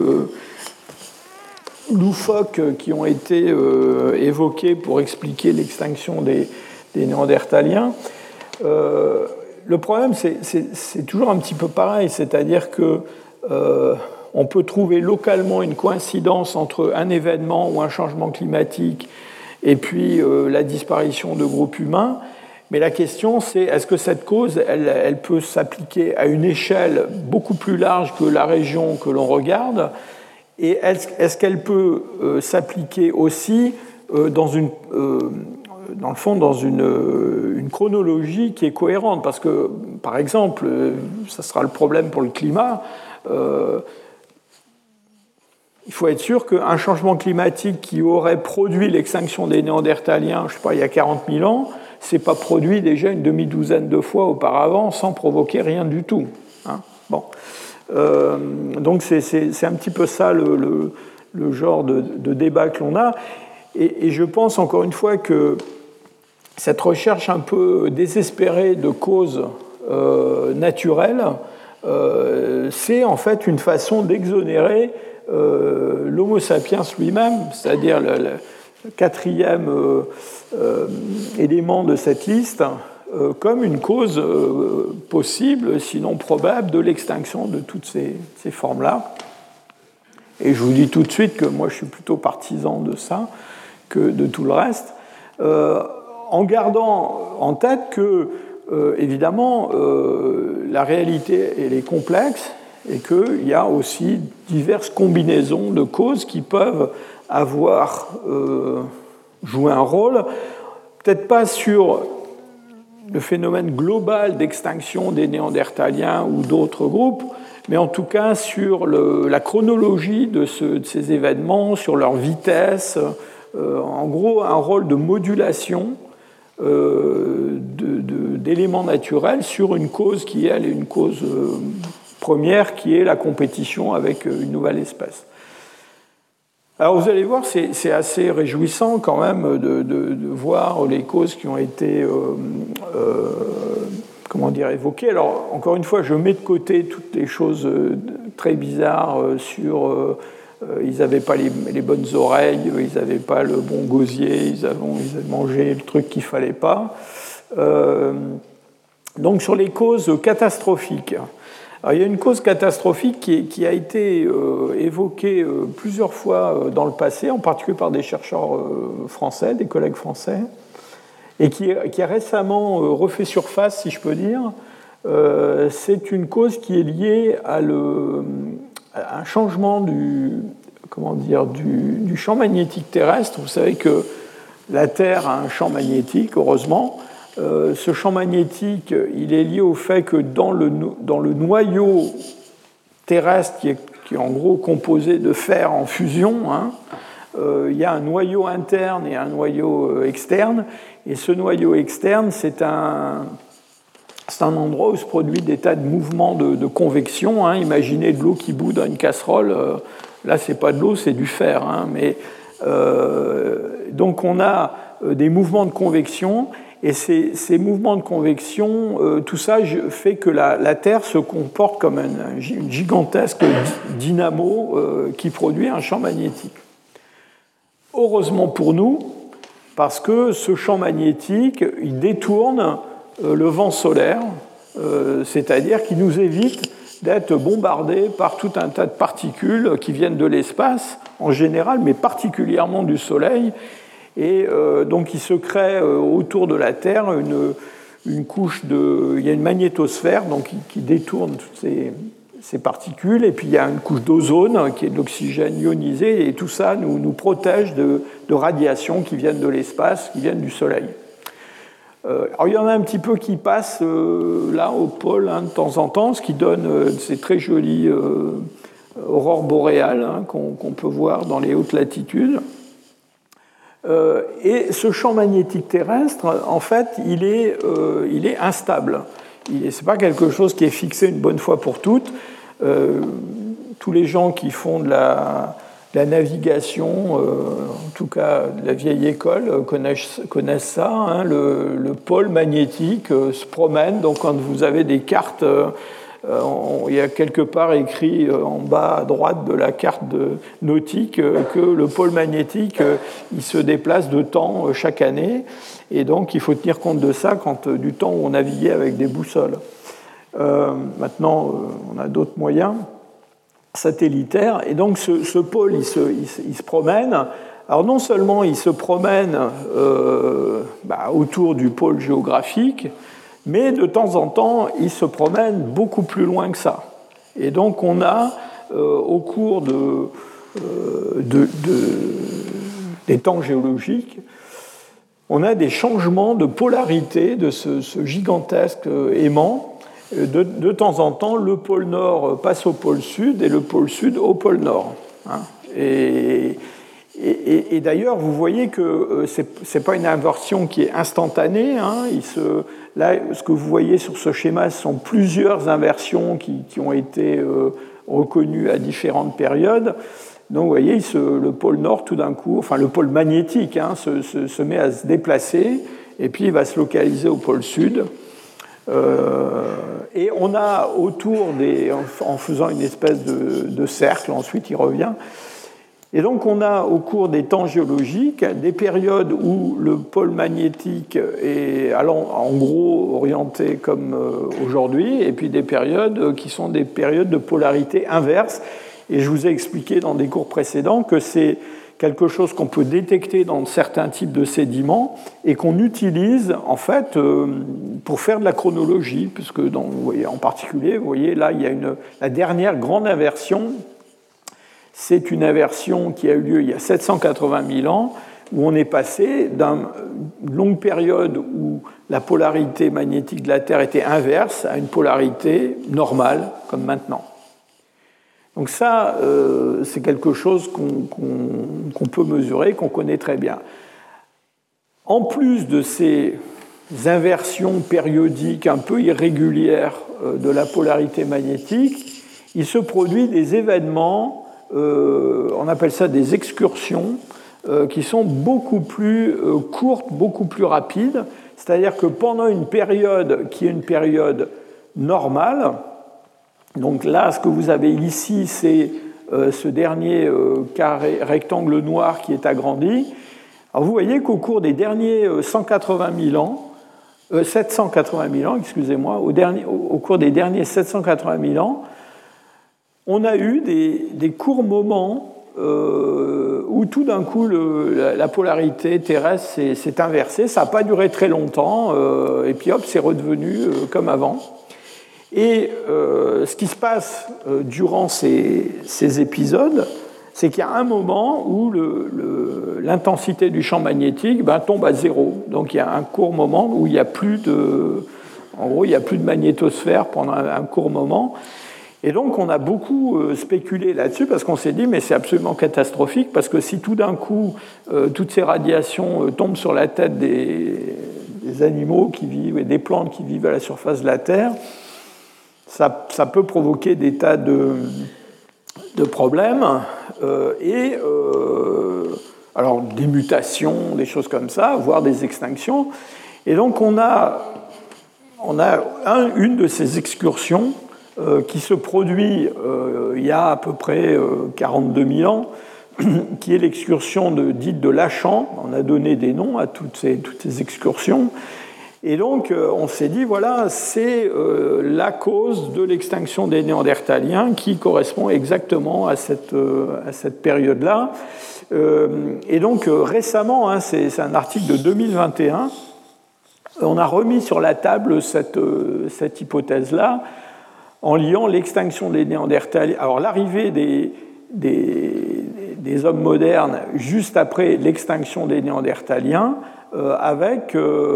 loufoques qui ont été évoquées pour expliquer l'extinction des Néandertaliens. Le problème, c'est toujours un petit peu pareil, c'est-à-dire que on peut trouver localement une coïncidence entre un événement ou un changement climatique et puis la disparition de groupes humains. Mais la question, c'est est-ce que cette cause, elle peut s'appliquer à une échelle beaucoup plus large que la région que l'on regarde, et est-ce qu'elle peut s'appliquer aussi dans le fond, dans une chronologie qui est cohérente? Parce que, par exemple, ça sera le problème pour le climat, il faut être sûr qu'un changement climatique qui aurait produit l'extinction des Néandertaliens, je ne sais pas, il y a 40 000 ans, ne s'est pas produit déjà une demi-douzaine de fois auparavant sans provoquer rien du tout. Bon. Donc c'est un petit peu ça le genre de débat que l'on a. Et je pense encore une fois que cette recherche un peu désespérée de causes naturelles, c'est en fait une façon d'exonérer l'Homo sapiens lui-même, c'est-à-dire le quatrième élément de cette liste, comme une cause possible, sinon probable, de l'extinction de toutes ces formes-là. Et je vous dis tout de suite que moi je suis plutôt partisan de ça que de tout le reste, en gardant en tête que, évidemment, la réalité elle est complexe et qu'il y a aussi diverses combinaisons de causes qui peuvent avoir joué un rôle, peut-être pas sur le phénomène global d'extinction des Néandertaliens ou d'autres groupes, mais en tout cas sur la chronologie de ces événements, sur leur vitesse, en gros un rôle de modulation d'éléments naturels sur une cause qui, elle, est une cause première, qui est la compétition avec une nouvelle espèce. Alors vous allez voir, c'est assez réjouissant quand même de voir les causes qui ont été évoquées. Alors encore une fois, je mets de côté toutes les choses très bizarres sur ils n'avaient pas les bonnes oreilles, ils n'avaient pas le bon gosier, ils avaient mangé le truc qu'il ne fallait pas. Donc sur les causes catastrophiques. Alors, il y a une cause catastrophique qui a été évoquée plusieurs fois dans le passé, en particulier par des chercheurs français, des collègues français, et qui a récemment refait surface, si je peux dire. C'est une cause qui est liée à un changement du champ magnétique terrestre. Vous savez que la Terre a un champ magnétique, heureusement. Ce champ magnétique, il est lié au fait que dans le noyau terrestre, qui est en gros composé de fer en fusion, il y a un noyau interne et un noyau externe. Et ce noyau externe, c'est un endroit où se produit des tas de mouvements de convection. Imaginez de l'eau qui bout dans une casserole. Là, ce n'est pas de l'eau, c'est du fer. Donc on a des mouvements de convection. Et ces mouvements de convection, tout ça fait que la Terre se comporte comme une gigantesque dynamo qui produit un champ magnétique. Heureusement pour nous, parce que ce champ magnétique, il détourne le vent solaire, c'est-à-dire qu'il nous évite d'être bombardés par tout un tas de particules qui viennent de l'espace, en général, mais particulièrement du Soleil. Et donc il se crée autour de la Terre une couche il y a une magnétosphère donc, qui détourne toutes ces particules, et puis il y a une couche d'ozone qui est de l'oxygène ionisé, et tout ça nous protège de radiations qui viennent de l'espace, qui viennent du Soleil. Alors il y en a un petit peu qui passent là au pôle de temps en temps, ce qui donne ces très jolies aurores boréales qu'on peut voir dans les hautes latitudes. Et ce champ magnétique terrestre, en fait, il est instable. Ce n'est pas quelque chose qui est fixé une bonne fois pour toutes. Tous les gens qui font de la navigation, en tout cas de la vieille école, connaissent ça. Le pôle magnétique se promène. Donc, quand vous avez des cartes, il y a quelque part écrit en bas à droite de la carte nautique que le pôle magnétique il se déplace de temps chaque année, et donc il faut tenir compte de ça du temps où on naviguait avec des boussoles. Maintenant, on a d'autres moyens satellitaires, et donc ce pôle il se promène. Alors non seulement il se promène autour du pôle géographique, mais de temps en temps, il se promène beaucoup plus loin que ça. Et donc, on a, au cours des temps géologiques, on a des changements de polarité de ce gigantesque aimant. De temps en temps, le pôle Nord passe au pôle Sud et le pôle Sud au pôle Nord. Et d'ailleurs, vous voyez que ce n'est pas une inversion qui est instantanée. Là, ce que vous voyez sur ce schéma, ce sont plusieurs inversions qui ont été reconnues à différentes périodes. Donc, vous voyez, le pôle Nord, tout d'un coup, enfin le pôle magnétique, se met à se déplacer, et puis il va se localiser au pôle Sud. Et on a autour en faisant une espèce de cercle, ensuite il revient. Et donc on a au cours des temps géologiques des périodes où le pôle magnétique est en gros orienté comme aujourd'hui, et puis des périodes qui sont des périodes de polarité inverse. Et je vous ai expliqué dans des cours précédents que c'est quelque chose qu'on peut détecter dans certains types de sédiments et qu'on utilise en fait pour faire de la chronologie, puisque vous voyez, en particulier, vous voyez là, il y a la dernière grande inversion, c'est une inversion qui a eu lieu il y a 780 000 ans, où on est passé d'une longue période où la polarité magnétique de la Terre était inverse à une polarité normale, comme maintenant. Donc ça, c'est quelque chose qu'on peut mesurer, qu'on connaît très bien. En plus de ces inversions périodiques un peu irrégulières de la polarité magnétique, il se produit des événements, on appelle ça des excursions, qui sont beaucoup plus courtes, beaucoup plus rapides. C'est-à-dire que pendant une période qui est une période normale, donc là, ce que vous avez ici, c'est ce dernier carré rectangle noir qui est agrandi. Alors vous voyez qu'au cours des derniers 780 000 ans, excusez-moi, au cours des derniers 780 000 ans, on a eu des courts moments où tout d'un coup la polarité terrestre s'est inversée. Ça n'a pas duré très longtemps, et puis hop, c'est redevenu comme avant. Et ce qui se passe durant ces épisodes, c'est qu'il y a un moment où l'intensité du champ magnétique tombe à zéro. Donc il y a un court moment où il n'y a plus de magnétosphère pendant un court moment. Et donc on a beaucoup spéculé là-dessus parce qu'on s'est dit mais c'est absolument catastrophique parce que si tout d'un coup toutes ces radiations tombent sur la tête des animaux qui vivent et des plantes qui vivent à la surface de la Terre, ça peut provoquer des tas de problèmes alors des mutations, des choses comme ça, voire des extinctions. Et donc on a une de ces excursions qui se produit il y a à peu près 42 000 ans, qui est l'excursion dite de Lachan. On a donné des noms à toutes ces excursions. Et donc, on s'est dit, voilà, c'est la cause de l'extinction des Néandertaliens qui correspond exactement à cette période-là. Et donc, récemment, c'est un article de 2021, on a remis sur la table cette hypothèse-là en liant l'extinction des Néandertaliens. Alors, l'arrivée des hommes modernes juste après l'extinction des Néandertaliens, avec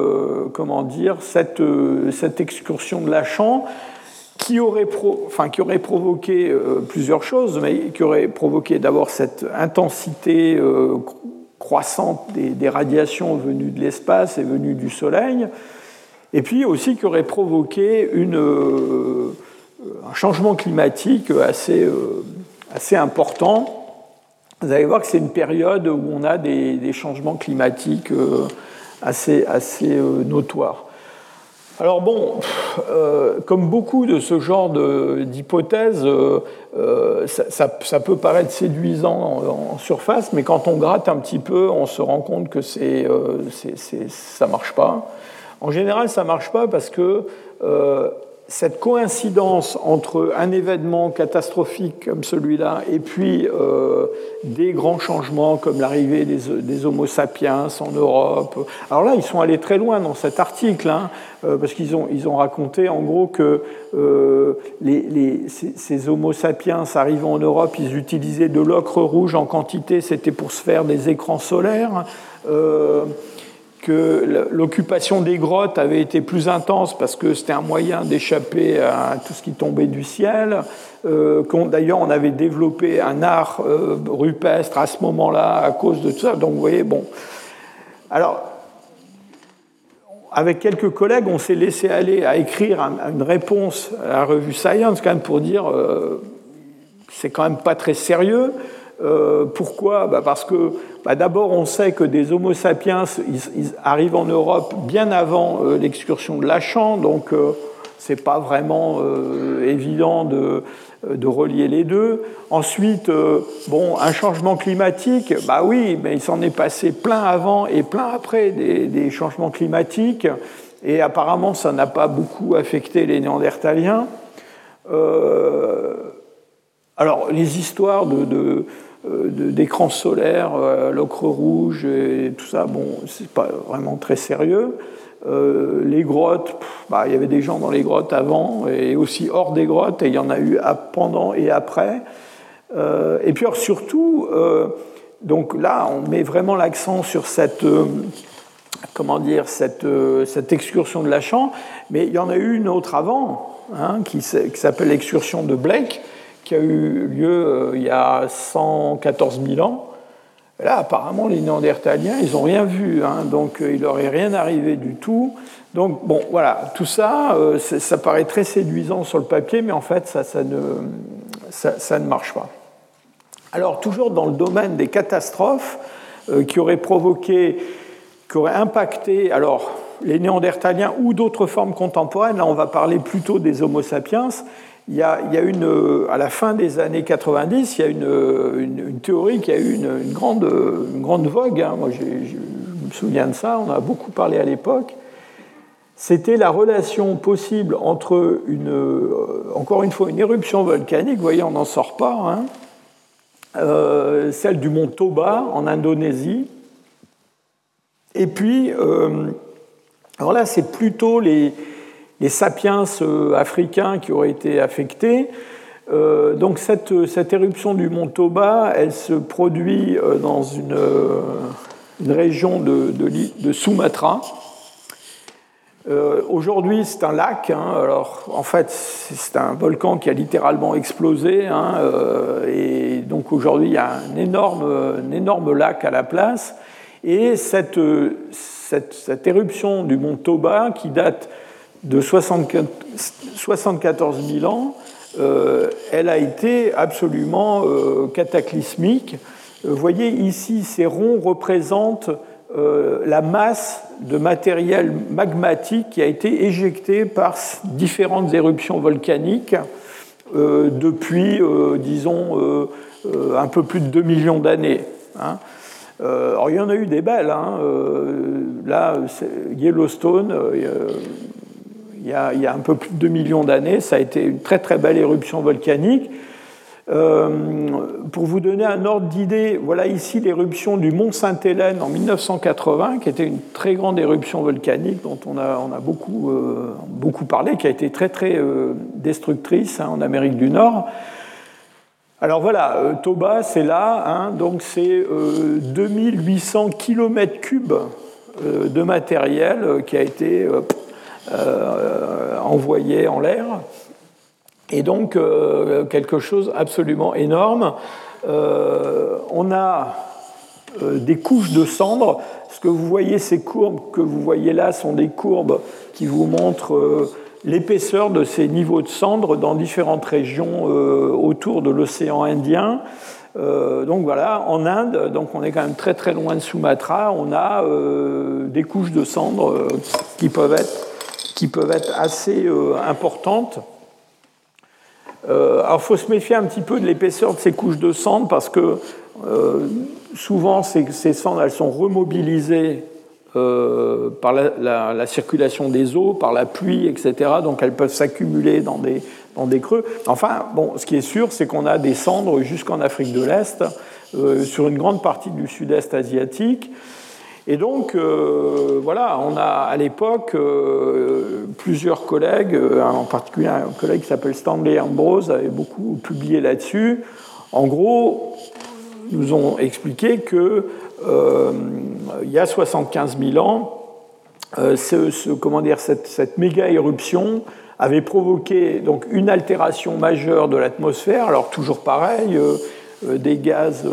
cette excursion de Lachan qui aurait provoqué plusieurs choses, mais qui aurait provoqué d'abord cette intensité croissante des radiations venues de l'espace et venues du Soleil, et puis aussi qui aurait provoqué un changement climatique assez important. Vous allez voir que c'est une période où on a des changements climatiques assez notoires. Alors bon, comme beaucoup de ce genre d'hypothèses, ça peut paraître séduisant en surface, mais quand on gratte un petit peu, on se rend compte que ça ne marche pas. En général, ça ne marche pas parce que cette coïncidence entre un événement catastrophique comme celui-là et puis des grands changements comme l'arrivée des Homo sapiens en Europe. Alors là, ils sont allés très loin dans cet article, parce qu'ils ont raconté en gros que ces Homo sapiens arrivant en Europe, ils utilisaient de l'ocre rouge en quantité, c'était pour se faire des écrans solaires. Que l'occupation des grottes avait été plus intense parce que c'était un moyen d'échapper à tout ce qui tombait du ciel. D'ailleurs, on avait développé un art rupestre à ce moment-là à cause de tout ça. Donc, vous voyez, bon. Alors, avec quelques collègues, on s'est laissé aller à écrire une réponse à la revue Science, quand même, pour dire c'est quand même pas très sérieux. Pourquoi ? Parce que d'abord, on sait que des Homo sapiens ils arrivent en Europe bien avant l'excursion de Lachan, donc c'est pas vraiment évident de relier les deux. Ensuite, un changement climatique, oui, mais il s'en est passé plein avant et plein après des changements climatiques, et apparemment, ça n'a pas beaucoup affecté les Néandertaliens. alors, les histoires d'écrans solaires, l'ocre rouge et tout ça, bon, c'est pas vraiment très sérieux. Les grottes, il y avait des gens dans les grottes avant et aussi hors des grottes, et il y en a eu pendant et après. Et puis alors, surtout, donc là, on met vraiment l'accent sur cette excursion de Lachan, mais il y en a eu une autre avant, qui s'appelle l'excursion de Blake, qui a eu lieu il y a 114 000 ans. Et là, apparemment, les Néandertaliens, ils n'ont rien vu, donc il leur est rien arrivé du tout. Donc, bon, voilà, tout ça, ça paraît très séduisant sur le papier, mais en fait, ça ne marche pas. Alors, toujours dans le domaine des catastrophes qui auraient impacté alors, les Néandertaliens ou d'autres formes contemporaines, là, on va parler plutôt des Homo sapiens. Il y a à la fin des années 90, il y a une théorie qui a eu une grande vogue. Moi, je me souviens de ça, on en a beaucoup parlé à l'époque. C'était la relation possible entre, encore une fois, une éruption volcanique, vous voyez, on n'en sort pas, celle du mont Toba en Indonésie. Et puis, alors là, c'est plutôt les sapiens africains qui auraient été affectés. Donc cette éruption du mont Toba, elle se produit dans une région de Sumatra. Aujourd'hui, c'est un lac. Alors, en fait, c'est un volcan qui a littéralement explosé. Et donc aujourd'hui, il y a un énorme lac à la place. Et cette éruption du mont Toba, qui date de 74 000 ans, elle a été absolument cataclysmique. Vous voyez ici, ces ronds représentent la masse de matériel magmatique qui a été éjecté par différentes éruptions volcaniques depuis, disons, un peu plus de 2 millions d'années. Alors, il y en a eu des belles. Là, Yellowstone, il y a un peu plus de 2 millions d'années, ça a été une très très belle éruption volcanique. Pour vous donner un ordre d'idée, voilà ici l'éruption du mont Sainte-Hélène en 1980, qui était une très grande éruption volcanique dont on a beaucoup parlé, qui a été très très destructrice en Amérique du Nord. Alors voilà, Toba, c'est là, donc c'est 2800 km3 de matériel qui a été envoyé en l'air. Et donc, quelque chose absolument énorme. On a des couches de cendres. Ce que vous voyez, ces courbes que vous voyez là sont des courbes qui vous montrent l'épaisseur de ces niveaux de cendres dans différentes régions autour de l'océan Indien. Donc voilà, en Inde, donc on est quand même très très loin de Sumatra, on a des couches de cendres qui peuvent être assez importantes. Alors, il faut se méfier un petit peu de l'épaisseur de ces couches de cendres parce que souvent, ces cendres, elles sont remobilisées par la circulation des eaux, par la pluie, etc. Donc, elles peuvent s'accumuler dans des creux. Enfin, bon, ce qui est sûr, c'est qu'on a des cendres jusqu'en Afrique de l'Est, sur une grande partie du sud-est asiatique. Et donc, voilà, on a à l'époque plusieurs collègues, en particulier un collègue qui s'appelle Stanley Ambrose, avait beaucoup publié là-dessus. En gros, ils nous ont expliqué que il y a 75 000 ans, cette méga-éruption avait provoqué donc, une altération majeure de l'atmosphère. Alors, toujours pareil, des gaz...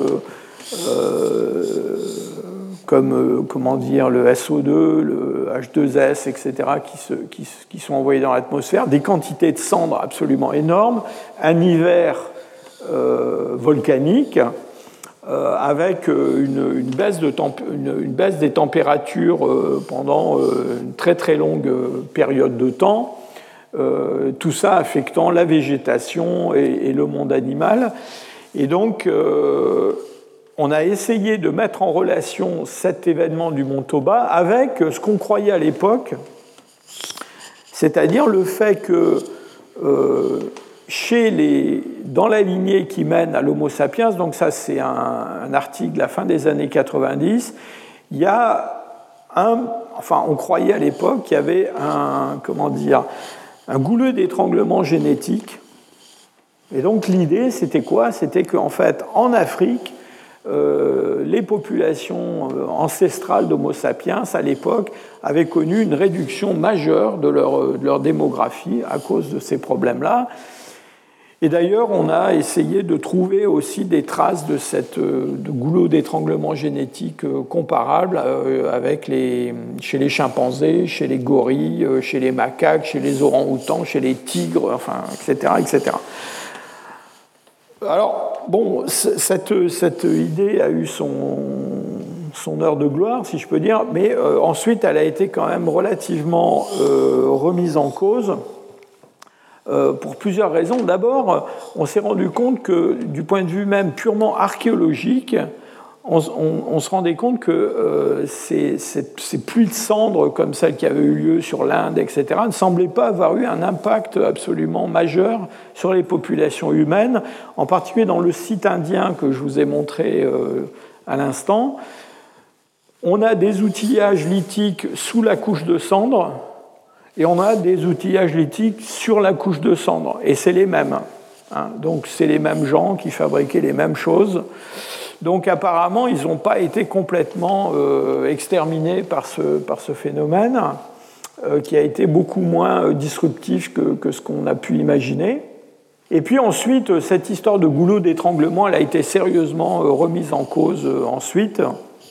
comme le SO2, le H2S, etc., qui sont envoyés dans l'atmosphère, des quantités de cendres absolument énormes, un hiver volcanique, avec une baisse des températures pendant une très très longue période de temps, tout ça affectant la végétation et le monde animal. Et donc... on a essayé de mettre en relation cet événement du mont Toba avec ce qu'on croyait à l'époque, c'est-à-dire le fait que dans la lignée qui mène à l'Homo sapiens, donc ça c'est un article de la fin des années 90, il y a on croyait à l'époque qu'il y avait un goulot d'étranglement génétique. Et donc l'idée, c'était quoi? C'était qu'en fait, en Afrique, les populations ancestrales d'Homo sapiens, à l'époque, avaient connu une réduction majeure de leur démographie à cause de ces problèmes-là. Et d'ailleurs, on a essayé de trouver aussi des traces de goulot d'étranglement génétique comparables chez les chimpanzés, chez les gorilles, chez les macaques, chez les orang-outans, chez les tigres, etc., etc. Alors, bon, cette idée a eu son heure de gloire, si je peux dire, mais ensuite, elle a été quand même relativement remise en cause. Pour plusieurs raisons. D'abord, on s'est rendu compte que, du point de vue même purement archéologique, on se rendait compte que ces pluies de cendres, comme celles qui avaient eu lieu sur l'Inde, etc., ne semblaient pas avoir eu un impact absolument majeur sur les populations humaines, en particulier dans le site indien que je vous ai montré à l'instant. On a des outillages lithiques sous la couche de cendres, et on a des outillages lithiques sur la couche de cendres, et c'est les mêmes. Donc c'est les mêmes gens qui fabriquaient les mêmes choses. Donc apparemment, ils n'ont pas été complètement exterminés par ce phénomène, qui a été beaucoup moins disruptif que ce qu'on a pu imaginer. Et puis ensuite, cette histoire de goulot d'étranglement, elle a été sérieusement remise en cause ensuite.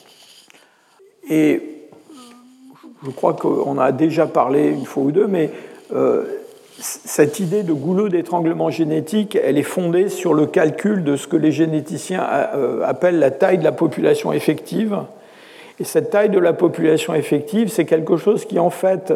Et je crois qu'on a déjà parlé une fois ou deux, mais cette idée de goulot d'étranglement génétique, elle est fondée sur le calcul de ce que les généticiens appellent la taille de la population effective. Et cette taille de la population effective, c'est quelque chose qui, en fait,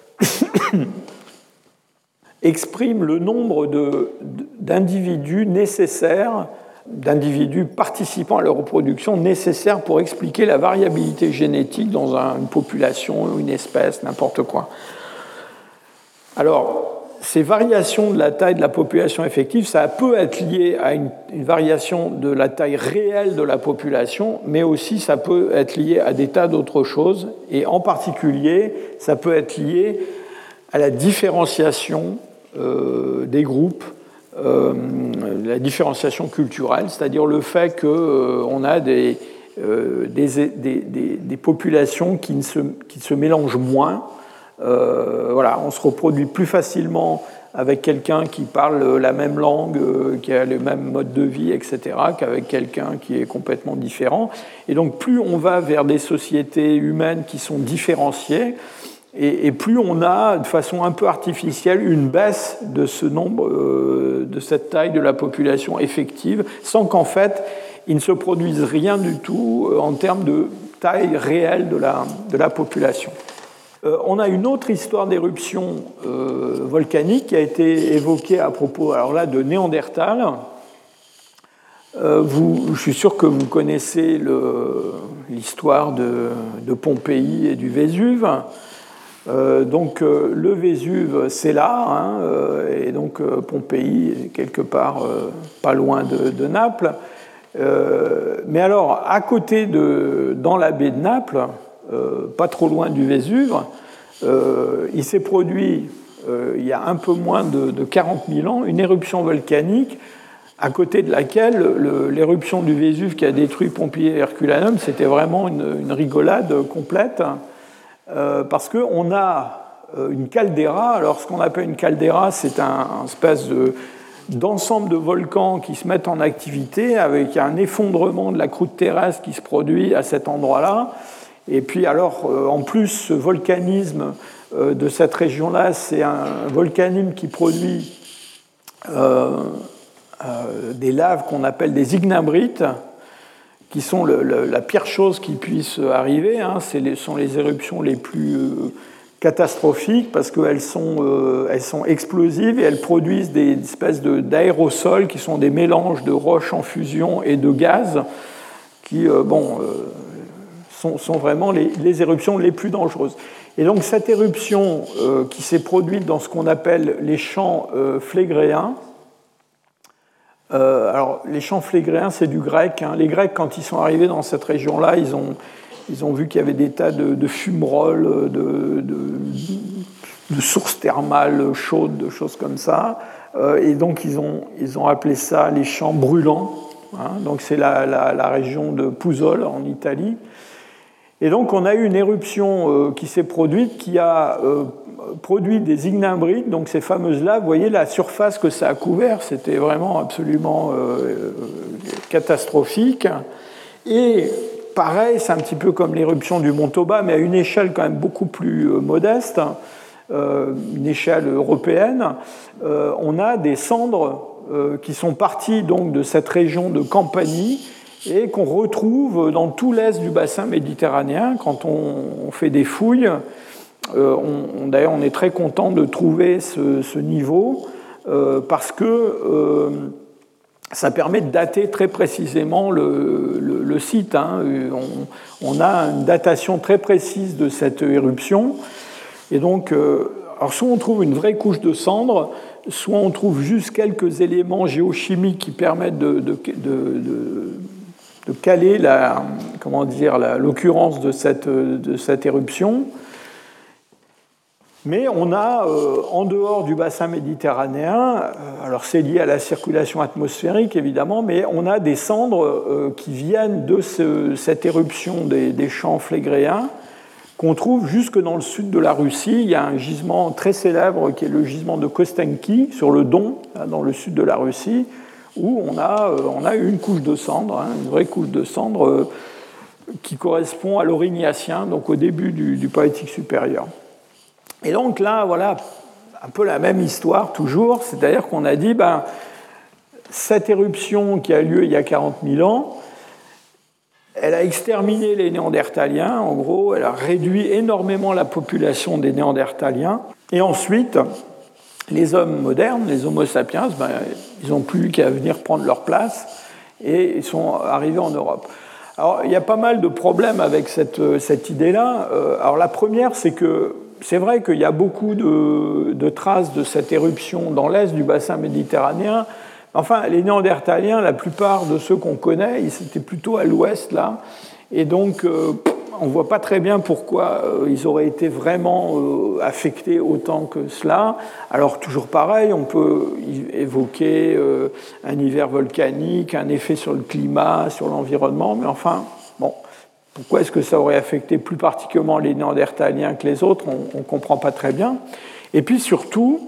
exprime le nombre d'individus nécessaires, d'individus participant à la reproduction nécessaires pour expliquer la variabilité génétique dans une population, une espèce, n'importe quoi. Alors, ces variations de la taille de la population effective, ça peut être lié à une variation de la taille réelle de la population, mais aussi ça peut être lié à des tas d'autres choses, et en particulier, ça peut être lié à la différenciation des groupes, la différenciation culturelle, c'est-à-dire le fait qu'on a des populations qui se mélangent moins. On se reproduit plus facilement avec quelqu'un qui parle la même langue, qui a le même mode de vie, etc., qu'avec quelqu'un qui est complètement différent. Et donc, plus on va vers des sociétés humaines qui sont différenciées, et plus on a, de façon un peu artificielle, une baisse de ce nombre, de cette taille de la population effective, sans qu'en fait, il ne se produise rien du tout en termes de taille réelle de la population. On a une autre histoire d'éruption volcanique qui a été évoquée à propos, alors là, de Néandertal. Je suis sûr que vous connaissez l'histoire de Pompéi et du Vésuve. Donc le Vésuve, c'est là, et donc Pompéi est quelque part pas loin de Naples. Mais alors, à côté dans la baie de Naples, pas trop loin du Vésuve, il s'est produit, il y a un peu moins de 40 000 ans, une éruption volcanique à côté de laquelle l'éruption du Vésuve qui a détruit Pompeii et Herculaneum, c'était vraiment une rigolade complète, parce qu'on a une caldeira. Alors ce qu'on appelle une caldeira, c'est un espèce d'ensemble de volcans qui se mettent en activité avec un effondrement de la croûte terrestre qui se produit à cet endroit-là. Et puis alors, en plus, ce volcanisme de cette région-là, c'est un volcanisme qui produit des laves qu'on appelle des ignimbrites, qui sont la pire chose qui puisse arriver. Ce sont les éruptions les plus catastrophiques parce qu'elles sont explosives et elles produisent des espèces d'aérosols qui sont des mélanges de roches en fusion et de gaz qui, sont vraiment les éruptions les plus dangereuses. Et donc cette éruption qui s'est produite dans ce qu'on appelle les champs flégréens, Alors, les champs phlegréens, c'est du grec. Hein. Les Grecs, quand ils sont arrivés dans cette région-là, ils ont vu qu'il y avait des tas de fumerolles, de sources thermales chaudes, de choses comme ça. Et donc, ils ont appelé ça les champs brûlants. Hein. Donc, c'est la région de Pouzole, en Italie. Et donc, on a eu une éruption qui s'est produite, qui a produit des ignimbrites, donc ces fameuses laves. Vous voyez la surface que ça a couvert, c'était vraiment absolument catastrophique. Et pareil, c'est un petit peu comme l'éruption du mont Toba, mais à une échelle quand même beaucoup plus modeste, une échelle européenne. On a des cendres qui sont parties donc de cette région de Campanie et qu'on retrouve dans tout l'est du bassin méditerranéen quand on fait des fouilles. D'ailleurs, on est très content de trouver ce niveau parce que ça permet de dater très précisément le site. Hein. On a une datation très précise de cette éruption. Et donc, alors soit on trouve une vraie couche de cendres, soit on trouve juste quelques éléments géochimiques qui permettent de caler l'occurrence de cette éruption. Mais on a, en dehors du bassin méditerranéen, alors c'est lié à la circulation atmosphérique évidemment, mais on a des cendres qui viennent de cette éruption des champs phlegréens qu'on trouve jusque dans le sud de la Russie. Il y a un gisement très célèbre qui est le gisement de Kostenki, sur le Don, dans le sud de la Russie, où on a une couche de cendres, une vraie couche de cendres qui correspond à l'Aurignacien, donc au début du Paléolithique supérieur. Et donc là, voilà, un peu la même histoire toujours, c'est-à-dire qu'on a dit, cette éruption qui a lieu il y a 40 000 ans, elle a exterminé les Néandertaliens, en gros, elle a réduit énormément la population des Néandertaliens, et ensuite, les hommes modernes, les Homo sapiens, ils n'ont plus qu'à venir prendre leur place, et ils sont arrivés en Europe. Alors, il y a pas mal de problèmes avec cette idée-là. Alors, la première, c'est que c'est vrai qu'il y a beaucoup de traces de cette éruption dans l'est du bassin méditerranéen. Enfin, les Néandertaliens, la plupart de ceux qu'on connaît, ils étaient plutôt à l'ouest, là. Et donc, on ne voit pas très bien pourquoi ils auraient été vraiment affectés autant que cela. Alors, toujours pareil, on peut évoquer un hiver volcanique, un effet sur le climat, sur l'environnement, mais enfin, bon. Pourquoi est-ce que ça aurait affecté plus particulièrement les Néandertaliens que les autres? On ne comprend pas très bien. Et puis surtout,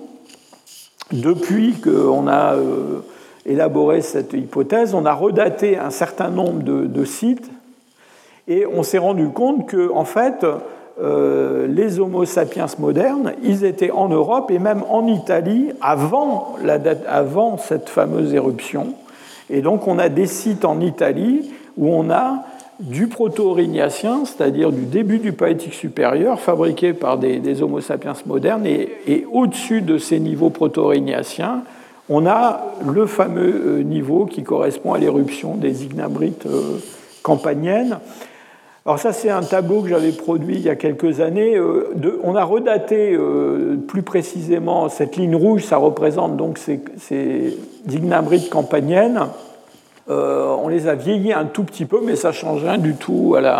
depuis qu'on a élaboré cette hypothèse, on a redaté un certain nombre de sites et on s'est rendu compte que, en fait, les Homo sapiens modernes, ils étaient en Europe et même en Italie avant cette fameuse éruption. Et donc on a des sites en Italie où on a du proto-aurignacien, c'est-à-dire du début du Paléolithique supérieur, fabriqué par des Homo sapiens modernes, et au-dessus de ces niveaux proto-aurignaciens, on a le fameux niveau qui correspond à l'éruption des ignimbrites campaniennes. Alors ça, c'est un tableau que j'avais produit il y a quelques années. On a redaté plus précisément cette ligne rouge, ça représente donc ces ignimbrites campaniennes. On les a vieillis un tout petit peu, mais ça ne change rien du tout à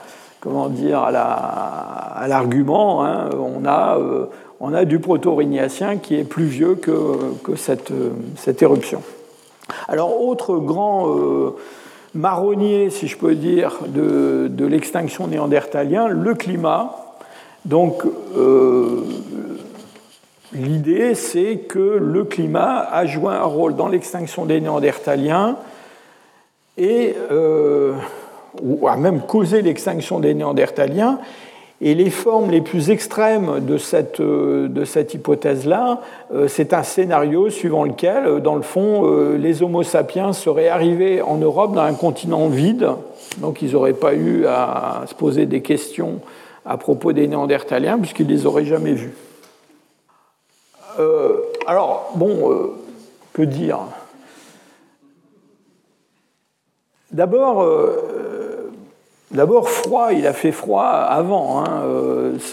l'argument. Hein. On a du proto-aurignacien qui est plus vieux que cette éruption. Alors, autre grand marronnier, si je peux dire, de l'extinction néandertalien, le climat. Donc, l'idée, c'est que le climat a joué un rôle dans l'extinction des Néandertaliens et ou a même causé l'extinction des Néandertaliens. Et les formes les plus extrêmes de cette hypothèse-là, c'est un scénario suivant lequel, dans le fond, les Homo sapiens seraient arrivés en Europe dans un continent vide, donc ils n'auraient pas eu à se poser des questions à propos des Néandertaliens, puisqu'ils ne les auraient jamais vus. Que dire ? D'abord, froid, il a fait froid avant. Hein,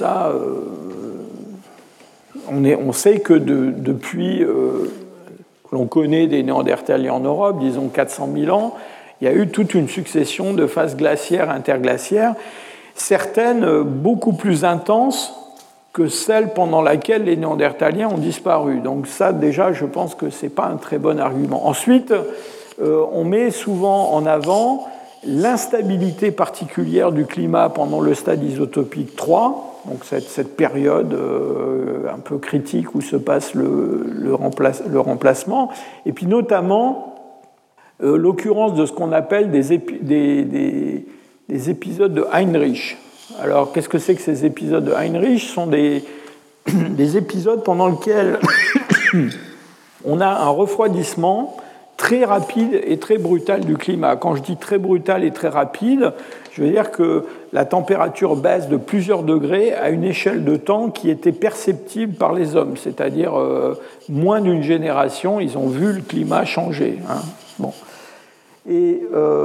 on sait que depuis que l'on connaît des Néandertaliens en Europe, disons 400 000 ans, il y a eu toute une succession de phases glaciaires, interglaciaires, certaines beaucoup plus intenses que celles pendant laquelle les Néandertaliens ont disparu. Donc ça, déjà, je pense que ce n'est pas un très bon argument. Ensuite, on met souvent en avant l'instabilité particulière du climat pendant le stade isotopique 3, donc cette période un peu critique où se passe le remplacement, et puis notamment l'occurrence de ce qu'on appelle des épisodes de Heinrich. Alors, qu'est-ce que c'est que ces épisodes de Heinrich? Ce sont des épisodes pendant lesquels on a un refroidissement très rapide et très brutal du climat. Quand je dis très brutal et très rapide, je veux dire que la température baisse de plusieurs degrés à une échelle de temps qui était perceptible par les hommes, c'est-à-dire moins d'une génération, ils ont vu le climat changer. Hein. Bon. Et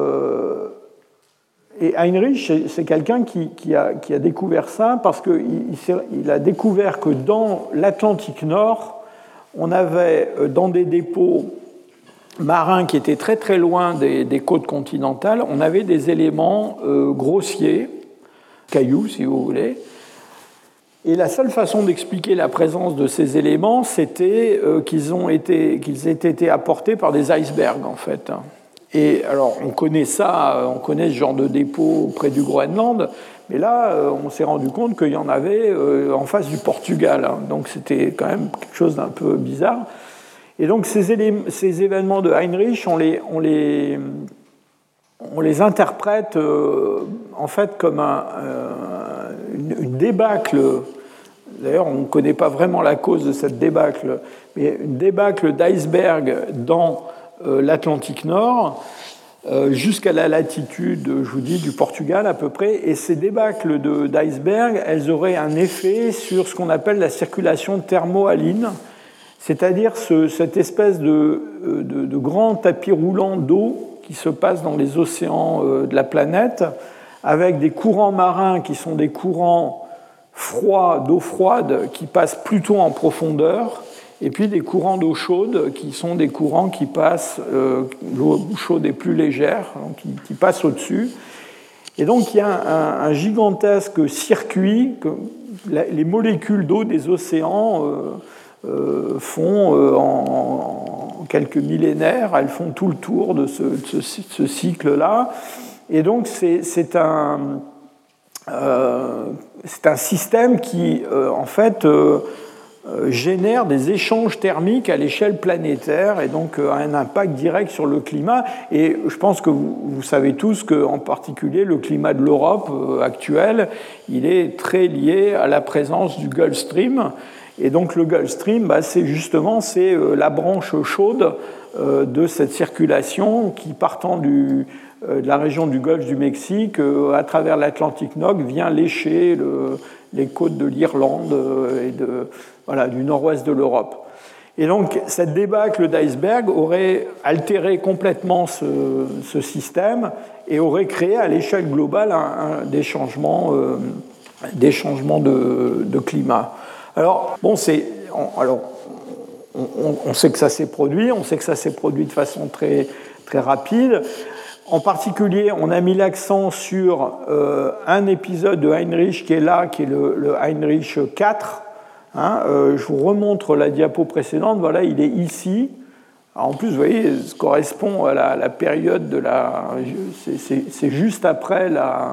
Heinrich, c'est quelqu'un qui a découvert ça parce qu'il a découvert que dans l'Atlantique Nord, on avait dans des dépôts marins qui étaient très très loin des côtes continentales, on avait des éléments grossiers, cailloux si vous voulez, et la seule façon d'expliquer la présence de ces éléments, c'était qu'ils aient été apportés par des icebergs en fait. Et alors on connaît ça, on connaît ce genre de dépôt près du Groenland, mais là on s'est rendu compte qu'il y en avait en face du Portugal, hein, donc c'était quand même quelque chose d'un peu bizarre. Et donc ces événements de Heinrich, on les interprète en fait comme une débâcle. D'ailleurs, on ne connaît pas vraiment la cause de cette débâcle, mais une débâcle d'iceberg dans l'Atlantique Nord jusqu'à la latitude, je vous dis, du Portugal à peu près. Et ces débâcles d'iceberg, elles auraient un effet sur ce qu'on appelle la circulation thermohaline, c'est-à-dire cette espèce de grand tapis roulant d'eau qui se passe dans les océans de la planète, avec des courants marins qui sont des courants froids, d'eau froide, qui passent plutôt en profondeur, et puis des courants d'eau chaude qui sont des courants qui passent, l'eau chaude est plus légère, donc qui passent au-dessus. Et donc il y a un gigantesque circuit que les molécules d'eau des océans font en quelques millénaires, elles font tout le tour de ce cycle-là. Et donc c'est un système qui, en fait, génère des échanges thermiques à l'échelle planétaire et donc a un impact direct sur le climat. Et je pense que vous savez tous qu'en particulier le climat de l'Europe actuel, il est très lié à la présence du Gulf Stream. Et donc le Gulf Stream, c'est la branche chaude de cette circulation qui, partant de la région du Golfe du Mexique, à travers l'Atlantique Nord, vient lécher les côtes de l'Irlande et du nord-ouest de l'Europe. Et donc cette débâcle d'iceberg aurait altéré complètement ce système et aurait créé à l'échelle globale des changements de climat. Alors, bon, on sait que ça s'est produit, de façon très, très rapide. En particulier, on a mis l'accent sur un épisode de Heinrich qui est là, qui est le Heinrich 4. Hein, je vous remontre la diapo précédente, voilà, il est ici. Alors, en plus, vous voyez, ça correspond à la période de c'est juste après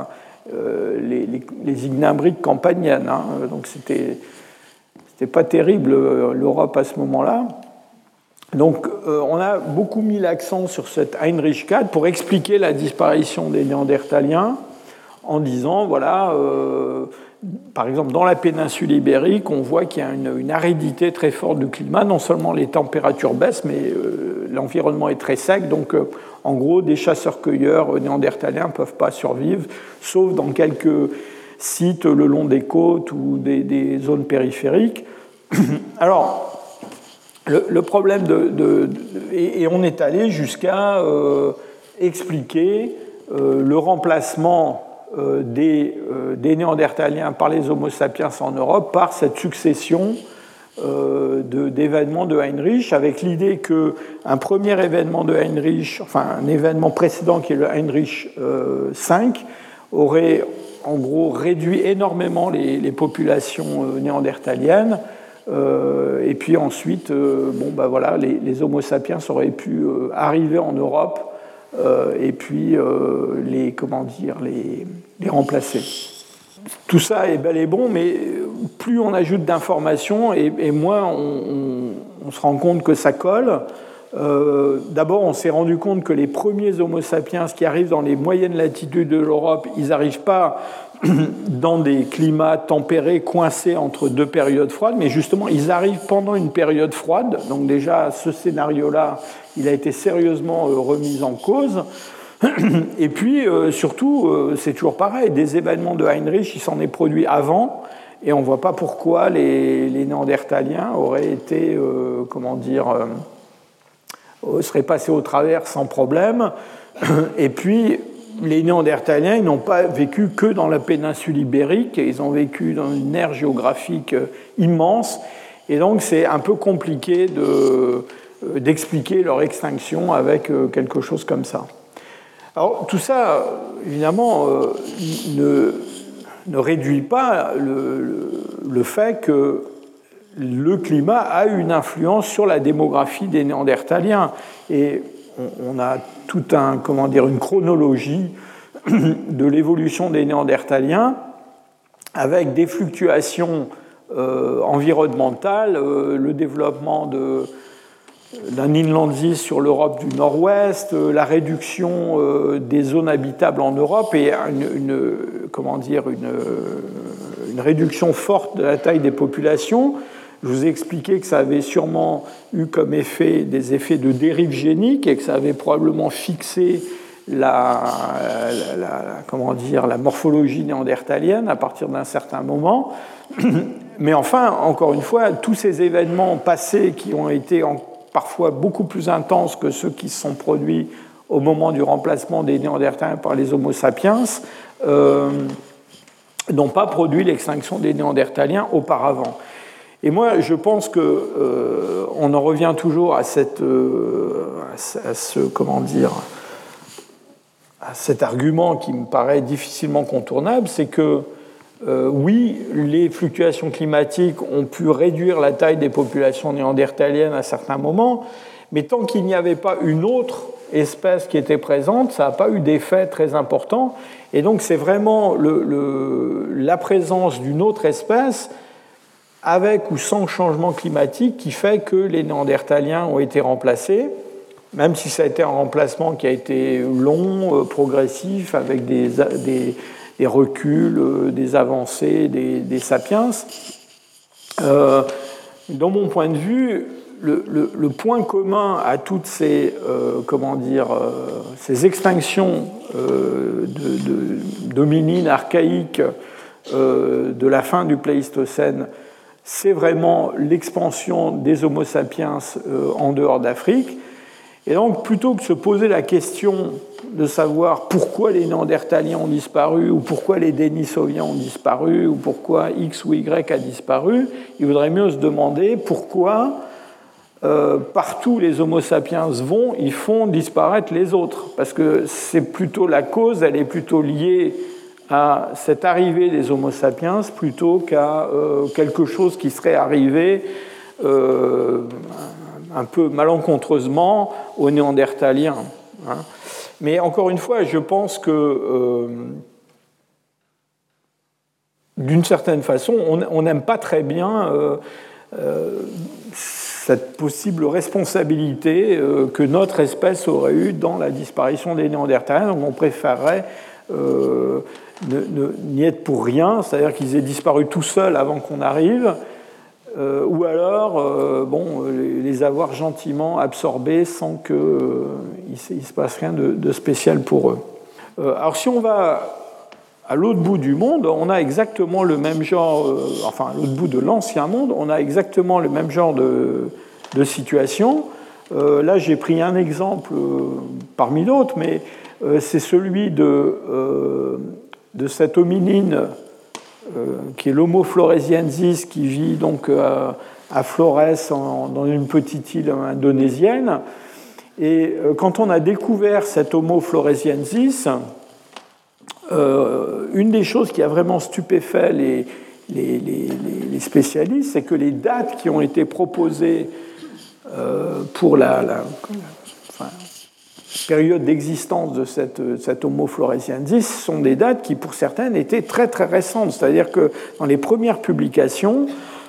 les ignimbriques campaniennes. Hein, donc c'était pas terrible l'Europe à ce moment-là. Donc on a beaucoup mis l'accent sur cette Heinrich 4 pour expliquer la disparition des Néandertaliens en disant, voilà, par exemple dans la péninsule ibérique, on voit qu'il y a une aridité très forte du climat, non seulement les températures baissent, mais l'environnement est très sec, donc en gros des chasseurs-cueilleurs néandertaliens ne peuvent pas survivre, sauf dans quelques sites le long des côtes ou des zones périphériques. Alors, le problème et on est allé jusqu'à expliquer le remplacement des Néandertaliens par les Homo sapiens en Europe par cette succession d'événements de Heinrich, avec l'idée qu'un premier événement de Heinrich, enfin un événement précédent qui est le Heinrich 5, aurait en gros réduit énormément les populations néandertaliennes. Et puis ensuite, voilà, les Homo sapiens auraient pu arriver en Europe et puis les remplacer. Tout ça est bel et bon, mais plus on ajoute d'informations et moins on se rend compte que ça colle. D'abord, on s'est rendu compte que les premiers Homo sapiens qui arrivent dans les moyennes latitudes de l'Europe, ils n'arrivent pas dans des climats tempérés, coincés entre deux périodes froides, mais justement, ils arrivent pendant une période froide. Donc déjà, ce scénario-là, il a été sérieusement remis en cause. Et puis, surtout, c'est toujours pareil, des événements de Heinrich, il s'en est produit avant, et on ne voit pas pourquoi les Néandertaliens auraient été, seraient passés au travers sans problème. Et puis, les Néandertaliens, ils n'ont pas vécu que dans la péninsule ibérique, ils ont vécu dans une aire géographique immense, et donc c'est un peu compliqué d'expliquer leur extinction avec quelque chose comme ça. Alors, tout ça, évidemment, ne réduit pas le fait que le climat a une influence sur la démographie des Néandertaliens. Et on a une chronologie de l'évolution des Néandertaliens avec des fluctuations environnementales, le développement d'un inlandsis sur l'Europe du Nord-Ouest, la réduction des zones habitables en Europe et une réduction forte de la taille des populations. Je vous ai expliqué que ça avait sûrement eu comme effet des effets de dérive génique et que ça avait probablement fixé la morphologie néandertalienne à partir d'un certain moment. Mais enfin, encore une fois, tous ces événements passés qui ont été parfois beaucoup plus intenses que ceux qui se sont produits au moment du remplacement des Néandertaliens par les Homo sapiens, n'ont pas produit l'extinction des Néandertaliens auparavant. Et moi, je pense qu'on en revient toujours à cet argument qui me paraît difficilement contournable, c'est que oui, les fluctuations climatiques ont pu réduire la taille des populations néandertaliennes à certains moments, mais tant qu'il n'y avait pas une autre espèce qui était présente, ça n'a pas eu d'effet très important. Et donc c'est vraiment la présence d'une autre espèce, avec ou sans changement climatique, qui fait que les Néandertaliens ont été remplacés, même si ça a été un remplacement qui a été long, progressif, avec des reculs, des avancées, des sapiens. Dans mon point de vue, le point commun à toutes ces, ces extinctions d'hominines archaïques de la fin du Pléistocène, c'est vraiment l'expansion des Homo sapiens en dehors d'Afrique. Et donc, plutôt que de se poser la question de savoir pourquoi les Néandertaliens ont disparu, ou pourquoi les Denisoviens ont disparu, ou pourquoi X ou Y a disparu, il vaudrait mieux se demander pourquoi, partout les Homo sapiens vont, ils font disparaître les autres. Parce que c'est plutôt la cause, elle est plutôt liée à cette arrivée des Homo sapiens plutôt qu'à quelque chose qui serait arrivé un peu malencontreusement aux Néandertaliens. Mais encore une fois, je pense que d'une certaine façon, on n'aime pas très bien cette possible responsabilité que notre espèce aurait eue dans la disparition des Néandertaliens. Donc on préférerait n'y être pour rien, c'est-à-dire qu'ils aient disparu tout seuls avant qu'on arrive, ou alors les avoir gentiment absorbés sans qu'il ne se passe rien de spécial pour eux. Alors si on va à l'autre bout du monde, on a exactement le même genre, à l'autre bout de l'ancien monde, on a exactement le même genre de situation. Là, j'ai pris un exemple parmi d'autres, mais c'est celui de cette hominine qui est l'Homo floresiensis, qui vit donc à Flores, dans une petite île indonésienne. Et quand on a découvert cet Homo floresiensis, une des choses qui a vraiment stupéfait les spécialistes, c'est que les dates qui ont été proposées pour la période d'existence de cet Homo floresiensis sont des dates qui, pour certaines, étaient très très récentes. C'est-à-dire que dans les premières publications,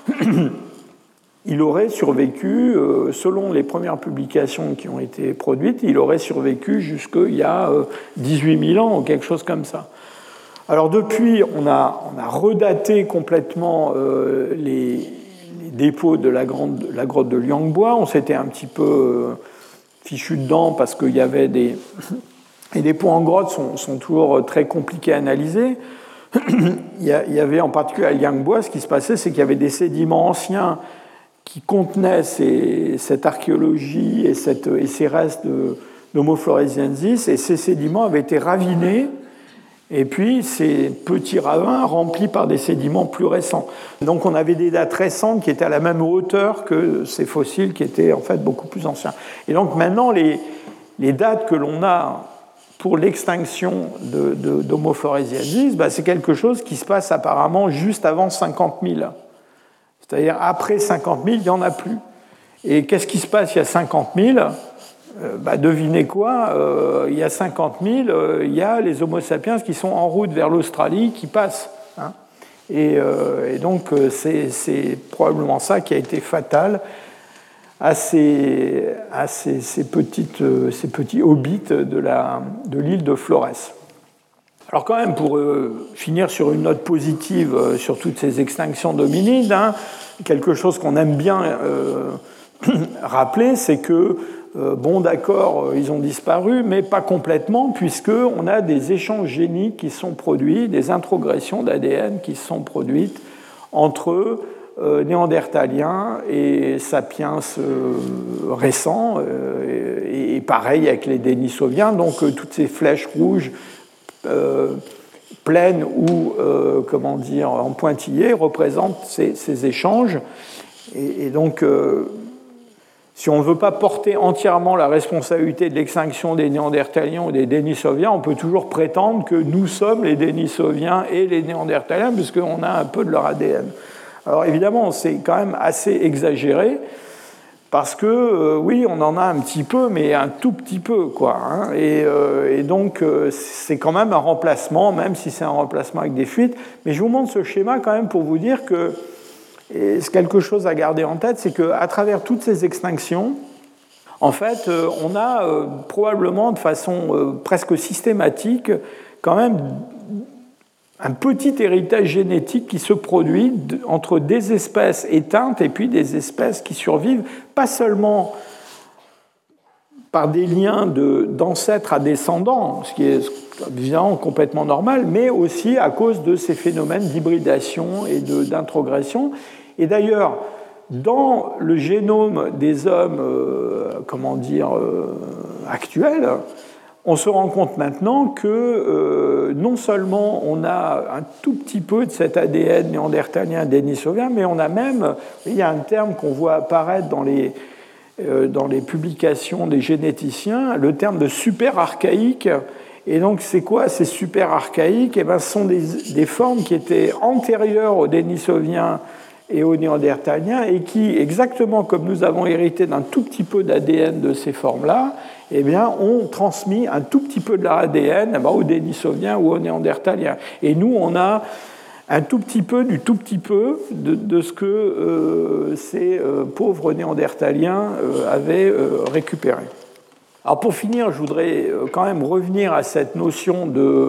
il aurait survécu, selon les premières publications qui ont été produites, il aurait survécu jusqu'il y a 18 000 ans ou quelque chose comme ça. Alors depuis, on a redaté complètement les dépôts de la grotte de Liangboa. On s'était un petit peu fichu dedans parce qu'il y avait des... Les dépôts en grotte sont toujours très compliqués à analyser. Il y avait en particulier à Liangboa, ce qui se passait, c'est qu'il y avait des sédiments anciens qui contenaient cette archéologie et ces restes d'Homo floresiensis, et ces sédiments avaient été ravinés, et puis ces petits ravins remplis par des sédiments plus récents. Donc on avait des dates récentes qui étaient à la même hauteur que ces fossiles qui étaient en fait beaucoup plus anciens. Et donc maintenant, les dates que l'on a pour l'extinction d'Homo floresiensis, c'est quelque chose qui se passe apparemment juste avant 50 000. C'est-à-dire, après 50 000, il n'y en a plus. Et qu'est-ce qui se passe il y a 50 000 ? Devinez quoi, il y a 50 000, il y a les Homo sapiens qui sont en route vers l'Australie qui passent. Hein. Et donc, c'est probablement ça qui a été fatal à ces petits hobbits de l'île de Flores. Alors quand même, pour finir sur une note positive sur toutes ces extinctions d'hominides, quelque chose qu'on aime bien rappeler, c'est que, d'accord, ils ont disparu, mais pas complètement, puisqu'on a des échanges géniques qui sont produits, des introgressions d'ADN qui sont produites entre néandertaliens et sapiens récents, et pareil avec les dénisoviens, donc toutes ces flèches rouges pleines ou en pointillés représentent ces échanges. Et donc, si on ne veut pas porter entièrement la responsabilité de l'extinction des néandertaliens ou des dénisoviens, on peut toujours prétendre que nous sommes les dénisoviens et les néandertaliens, puisqu'on a un peu de leur ADN. Alors évidemment, c'est quand même assez exagéré, parce que, oui, on en a un petit peu, mais un tout petit peu, quoi. Hein, et donc, c'est quand même un remplacement, même si c'est un remplacement avec des fuites. Mais je vous montre ce schéma quand même pour vous dire que c'est quelque chose à garder en tête, c'est qu'à travers toutes ces extinctions, en fait, on a probablement de façon presque systématique quand même un petit héritage génétique qui se produit entre des espèces éteintes et puis des espèces qui survivent, pas seulement par des liens d'ancêtres à descendants, ce qui est évidemment complètement normal, mais aussi à cause de ces phénomènes d'hybridation et d'introgression. Et d'ailleurs, dans le génome des hommes actuels, on se rend compte maintenant que non seulement on a un tout petit peu de cet ADN néandertalien dénisovien, mais on a même, il y a un terme qu'on voit apparaître dans les publications des généticiens, le terme de super archaïque. Et donc c'est quoi ces super archaïques ? Ce sont des formes qui étaient antérieures aux dénisoviens et aux néandertaliens et qui, exactement comme nous avons hérité d'un tout petit peu d'ADN de ces formes-là, ont transmis un tout petit peu de leur ADN aux dénisoviens ou aux néandertaliens. Et nous, on a un tout petit peu du tout petit peu de ce que ces pauvres néandertaliens avaient récupéré. Alors pour finir, je voudrais quand même revenir à cette notion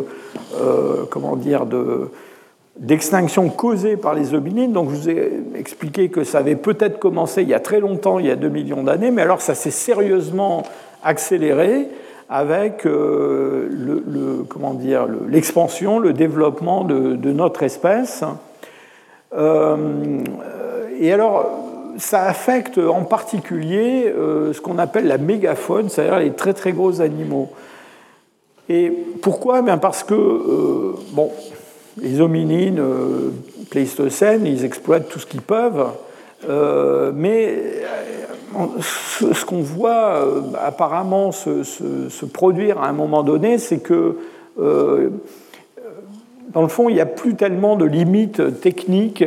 d'extinction causée par les hominines. Donc je vous ai expliqué que ça avait peut-être commencé il y a très longtemps, il y a 2 millions d'années, mais alors ça s'est sérieusement accéléré avec l'expansion, le développement de notre espèce. Et alors, ça affecte en particulier ce qu'on appelle la mégafaune, c'est-à-dire les très très gros animaux. Et pourquoi ? Parce que les hominines pléistocènes, ils exploitent tout ce qu'ils peuvent. Mais ce qu'on voit apparemment se produire à un moment donné, c'est que, dans le fond, il n'y a plus tellement de limites techniques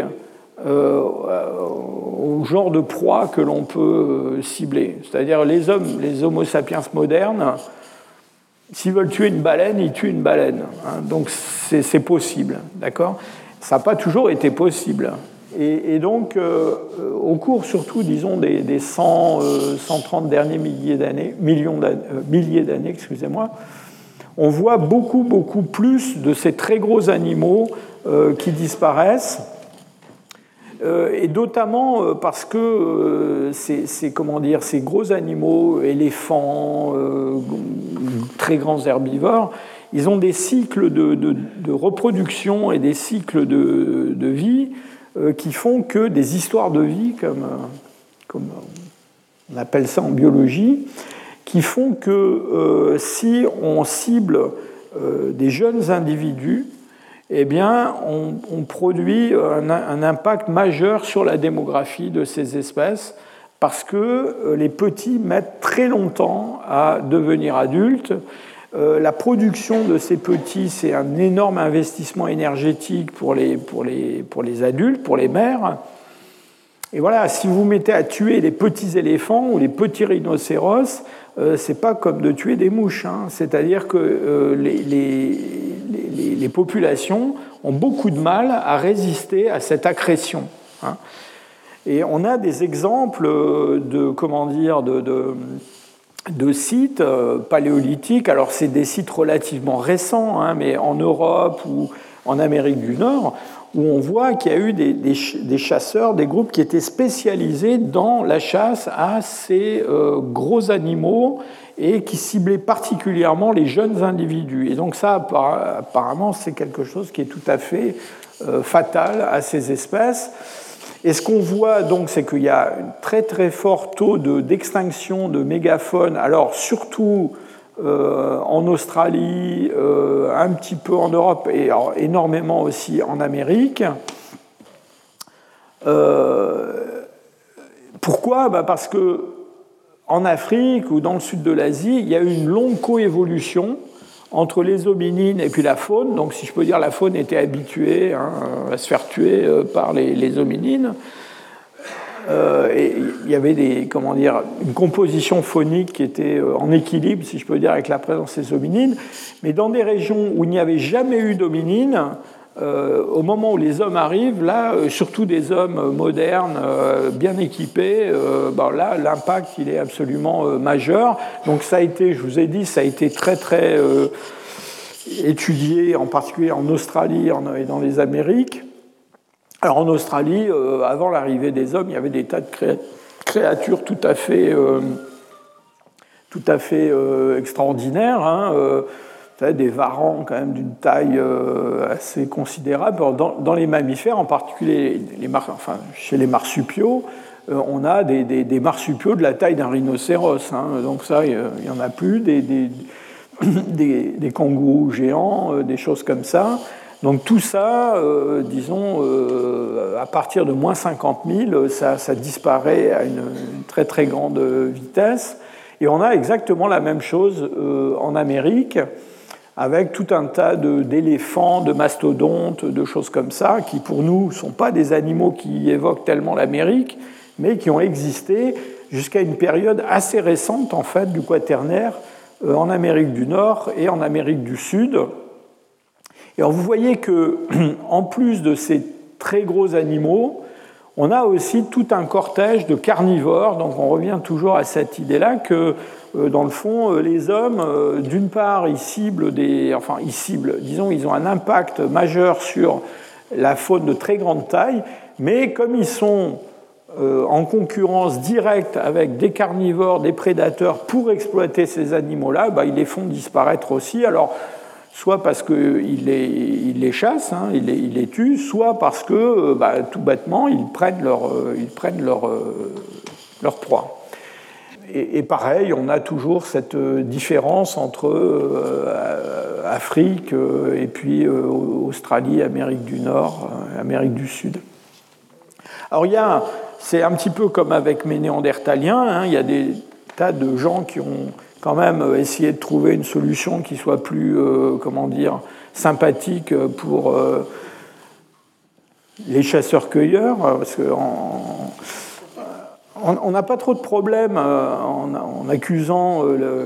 au genre de proie que l'on peut cibler. C'est-à-dire les Homo sapiens modernes, s'ils veulent tuer une baleine, ils tuent une baleine. Hein, donc c'est possible, d'accord ? Ça n'a pas toujours été possible. Et donc, au cours surtout, disons, des 130 derniers milliers d'années, excusez-moi, on voit beaucoup plus de ces très gros animaux qui disparaissent. Et notamment parce que ces gros animaux, éléphants, très grands herbivores, ils ont des cycles de reproduction et des cycles de vie qui font que des histoires de vie, comme on appelle ça en biologie, qui font que si on cible des jeunes individus, eh bien, on produit un impact majeur sur la démographie de ces espèces parce que les petits mettent très longtemps à devenir adultes. La production de ces petits, c'est un énorme investissement énergétique pour les adultes, pour les mères. Et voilà, si vous mettez à tuer les petits éléphants ou les petits rhinocéros, c'est pas comme de tuer des mouches. Hein. C'est-à-dire que les populations ont beaucoup de mal à résister à cette accrétion. Hein. Et on a des exemples de sites paléolithiques. Alors, c'est des sites relativement récents, hein, mais en Europe ou en Amérique du Nord, où on voit qu'il y a eu des chasseurs, des groupes qui étaient spécialisés dans la chasse à ces gros animaux et qui ciblaient particulièrement les jeunes individus. Et donc ça, apparemment, c'est quelque chose qui est tout à fait fatal à ces espèces. Et ce qu'on voit donc, c'est qu'il y a un très très fort taux d'extinction de mégafaunes, alors surtout en Australie, un petit peu en Europe et alors, énormément aussi en Amérique. Pourquoi ? Parce que en Afrique ou dans le sud de l'Asie, il y a eu une longue coévolution entre les hominines et puis la faune. Donc, si je peux dire, la faune était habituée à se faire tuer par les hominines. Et il y avait une composition faunique qui était en équilibre, si je peux dire, avec la présence des hominines. Mais dans des régions où il n'y avait jamais eu d'hominines, au moment où les hommes arrivent, là, surtout des hommes modernes, bien équipés, là, l'impact, il est absolument majeur. Donc ça a été, je vous ai dit, ça a été très, très étudié, en particulier en Australie et dans les Amériques. Alors en Australie, avant l'arrivée des hommes, il y avait des tas de créatures tout à fait extraordinaires, hein, des varans quand même d'une taille assez considérable. Dans les mammifères, en particulier chez les marsupiaux, on a des marsupiaux de la taille d'un rhinocéros. Hein, donc ça, il n'y en a plus, des kangourous géants, des choses comme ça. Donc tout ça, à partir de moins 50 000, ça disparaît à une très très grande vitesse. Et on a exactement la même chose en Amérique, avec tout un tas d'éléphants, de mastodontes, de choses comme ça, qui pour nous ne sont pas des animaux qui évoquent tellement l'Amérique, mais qui ont existé jusqu'à une période assez récente, en fait, du Quaternaire, en Amérique du Nord et en Amérique du Sud. Et alors vous voyez qu'en plus de ces très gros animaux, on a aussi tout un cortège de carnivores. Donc on revient toujours à cette idée-là que, dans le fond, les hommes, d'une part, ils ont un impact majeur sur la faune de très grande taille, mais comme ils sont en concurrence directe avec des carnivores, des prédateurs pour exploiter ces animaux-là, ils les font disparaître aussi. Alors, soit parce qu'ils les chassent, hein, ils les tuent, soit parce que, tout bêtement, ils prennent leur proie. Et pareil, on a toujours cette différence entre Afrique et puis Australie, Amérique du Nord, Amérique du Sud. Alors il y a c'est un petit peu comme avec mes néandertaliens, hein, il y a des tas de gens qui ont quand même essayé de trouver une solution qui soit plus, sympathique pour les chasseurs-cueilleurs, parce qu'on n'a pas trop de problèmes en accusant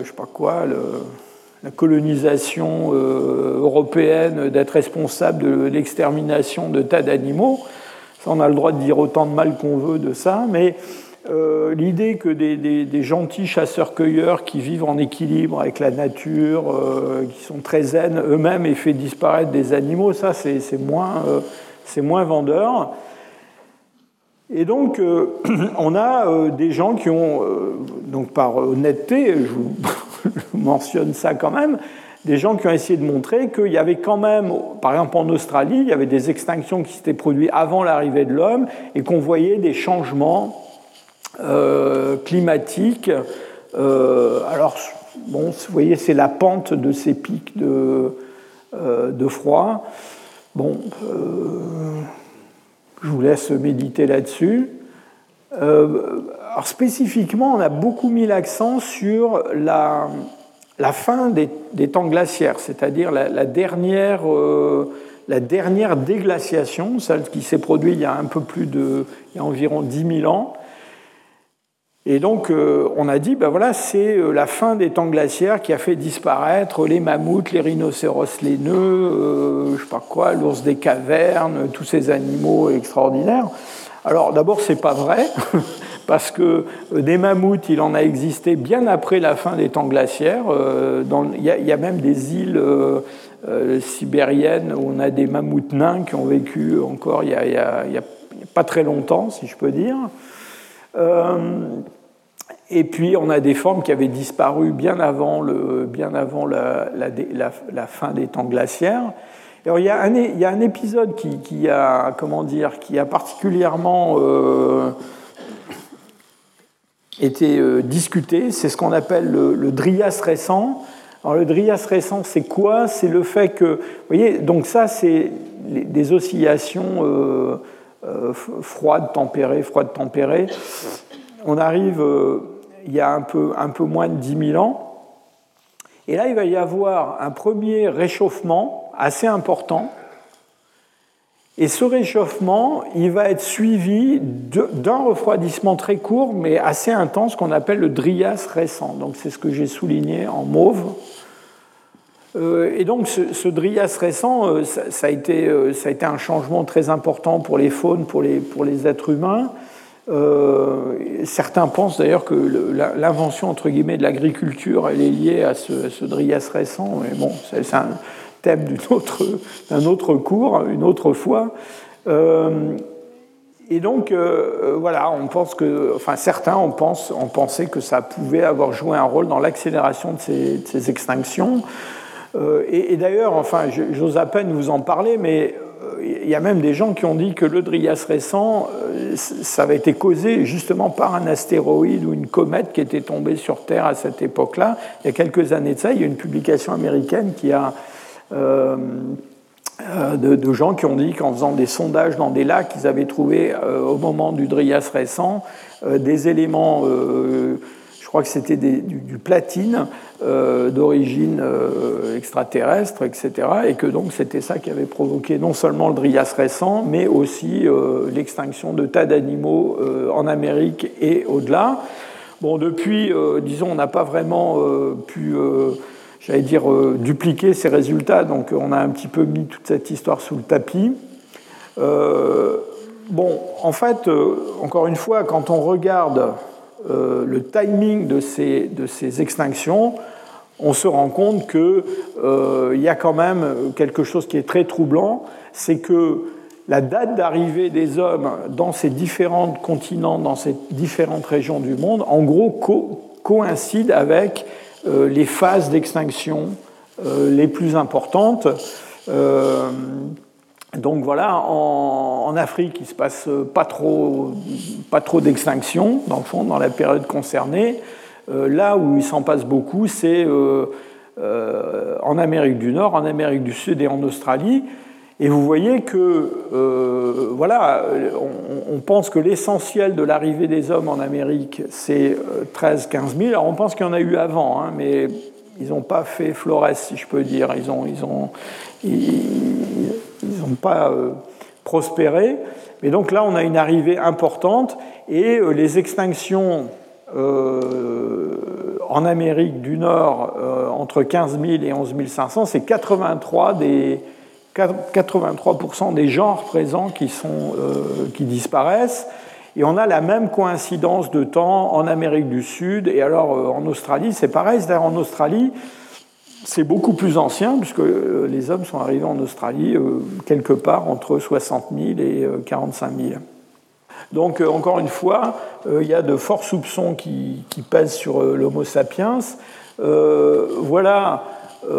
la colonisation européenne d'être responsable de l'extermination de tas d'animaux. Ça, on a le droit de dire autant de mal qu'on veut de ça, mais l'idée que des gentils chasseurs-cueilleurs qui vivent en équilibre avec la nature, qui sont très zen eux-mêmes et fait disparaître des animaux, ça c'est moins vendeur. Et donc on a des gens qui ont, donc par honnêteté, je vous mentionne ça quand même, des gens qui ont essayé de montrer qu'il y avait quand même, par exemple en Australie, il y avait des extinctions qui s'étaient produites avant l'arrivée de l'homme et qu'on voyait des changements climatiques. Alors, bon, vous voyez, c'est la pente de ces pics de froid. Bon, je vous laisse méditer là-dessus. Alors, spécifiquement, on a beaucoup mis l'accent sur la fin des temps glaciaires, c'est-à-dire la dernière déglaciation, celle qui s'est produite il y a environ 10 000 ans. Et donc, on a dit, c'est la fin des temps glaciaires qui a fait disparaître les mammouths, les rhinocéros laineux, l'ours des cavernes, tous ces animaux extraordinaires. Alors, d'abord, c'est pas vrai, parce que des mammouths, il en a existé bien après la fin des temps glaciaires. Il y a même des îles sibériennes où on a des mammouths nains qui ont vécu encore il y a pas très longtemps, si je peux dire. Et puis, on a des formes qui avaient disparu bien avant la fin des temps glaciaires. Alors, il y a un épisode qui a particulièrement été discuté, c'est ce qu'on appelle le Drias récent. Alors, le Drias récent, c'est quoi? C'est le fait que, vous voyez, donc ça, c'est des oscillations froides, tempérées. On arrive il y a un peu moins de 10 000 ans. Et là, il va y avoir un premier réchauffement assez important. Et ce réchauffement, il va être suivi d'un refroidissement très court, mais assez intense, qu'on appelle le Drias récent. Donc, c'est ce que j'ai souligné en mauve. Et donc, ce Drias récent, ça a été un changement très important pour les faunes, pour les êtres humains. Certains pensent d'ailleurs que l'invention entre guillemets de l'agriculture elle est liée à ce Drias récent, mais bon, c'est un thème d'un autre cours, une autre fois. Et donc voilà, on pense que, certains ont pensé que ça pouvait avoir joué un rôle dans l'accélération de ces extinctions. Et d'ailleurs, j'ose à peine vous en parler, mais il y a même des gens qui ont dit que le Drias récent, ça avait été causé justement par un astéroïde ou une comète qui était tombée sur Terre à cette époque-là. Il y a quelques années de ça, il y a une publication américaine qui a de gens qui ont dit qu'en faisant des sondages dans des lacs, ils avaient trouvé au moment du Drias récent des éléments, je crois que c'était du platine d'origine extraterrestre, etc. Et que donc c'était ça qui avait provoqué non seulement le Drias récent, mais aussi l'extinction de tas d'animaux en Amérique et au-delà. Bon, depuis, disons, on n'a pas vraiment pu, dupliquer ces résultats, donc on a un petit peu mis toute cette histoire sous le tapis. Bon, en fait, encore une fois, quand on regarde le timing de ces extinctions, on se rend compte qu'il y a quand même quelque chose qui est très troublant, c'est que la date d'arrivée des hommes dans ces différents continents, dans ces différentes régions du monde, en gros coïncide avec les phases d'extinction les plus importantes. Donc voilà, en Afrique, il ne se passe pas trop d'extinction, dans le fond, dans la période concernée. Là où il s'en passe beaucoup, c'est en Amérique du Nord, en Amérique du Sud et en Australie. Et vous voyez que, voilà, on pense que l'essentiel de l'arrivée des hommes en Amérique, c'est 13-15 000. Alors on pense qu'il y en a eu avant, hein, mais ils n'ont pas fait Flores, si je peux dire. Ils n'ont pas prospéré. Mais donc là, on a une arrivée importante. Et les extinctions en Amérique du Nord, entre 15 000 et 11 500, c'est 83% des genres présents qui disparaissent. Et on a la même coïncidence de temps en Amérique du Sud. Et alors en Australie, c'est pareil. C'est-à-dire en Australie, c'est beaucoup plus ancien, puisque les hommes sont arrivés en Australie quelque part entre 60 000 et 45 000. Donc encore une fois, il y a de forts soupçons qui pèsent sur l'Homo sapiens. Voilà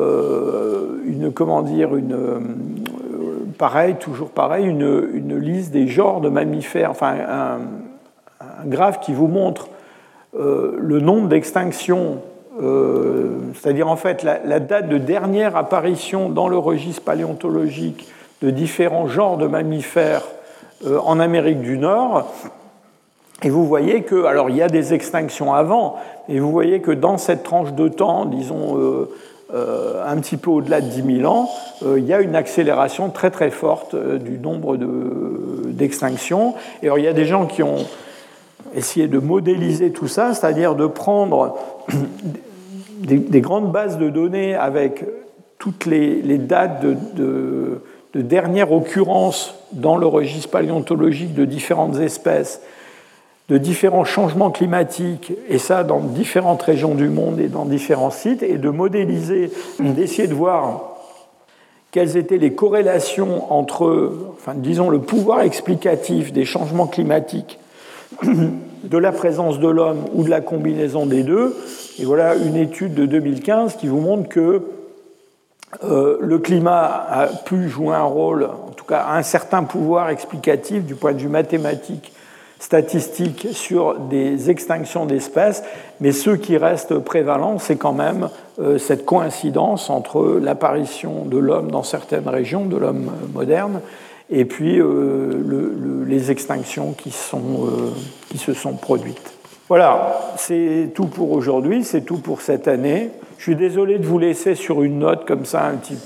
toujours pareil, une liste des genres de mammifères, enfin un graphe qui vous montre le nombre d'extinctions, c'est-à-dire en fait la date de dernière apparition dans le registre paléontologique de différents genres de mammifères en Amérique du Nord. Et vous voyez que, alors il y a des extinctions avant, et vous voyez que dans cette tranche de temps, disons un petit peu au-delà de 10 000 ans, il y a une accélération très très forte du nombre d'extinctions. Et alors il y a des gens qui ont essayé de modéliser tout ça, c'est-à-dire de prendre des grandes bases de données avec toutes les dates de dernière occurrence dans le registre paléontologique de différentes espèces, de différents changements climatiques, et ça dans différentes régions du monde et dans différents sites, et de modéliser, d'essayer de voir quelles étaient les corrélations entre, enfin, disons, le pouvoir explicatif des changements climatiques, de la présence de l'homme ou de la combinaison des deux. Et voilà une étude de 2015 qui vous montre que le climat a pu jouer un rôle, en tout cas un certain pouvoir explicatif du point de vue mathématique, statistique, sur des extinctions d'espèces, mais ce qui reste prévalent, c'est quand même cette coïncidence entre l'apparition de l'homme dans certaines régions, de l'homme moderne, et puis les extinctions qui se sont produites. Voilà, c'est tout pour aujourd'hui, c'est tout pour cette année. Je suis désolé de vous laisser sur une note comme ça un petit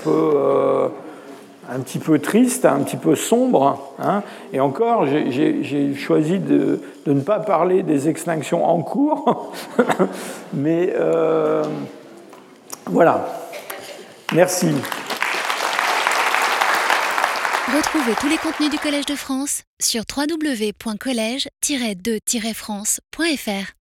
peu triste, un petit peu sombre. Hein. Et encore, j'ai choisi de ne pas parler des extinctions en cours. Mais voilà. Merci. Retrouvez tous les contenus du Collège de France sur www.collège-2-france.fr.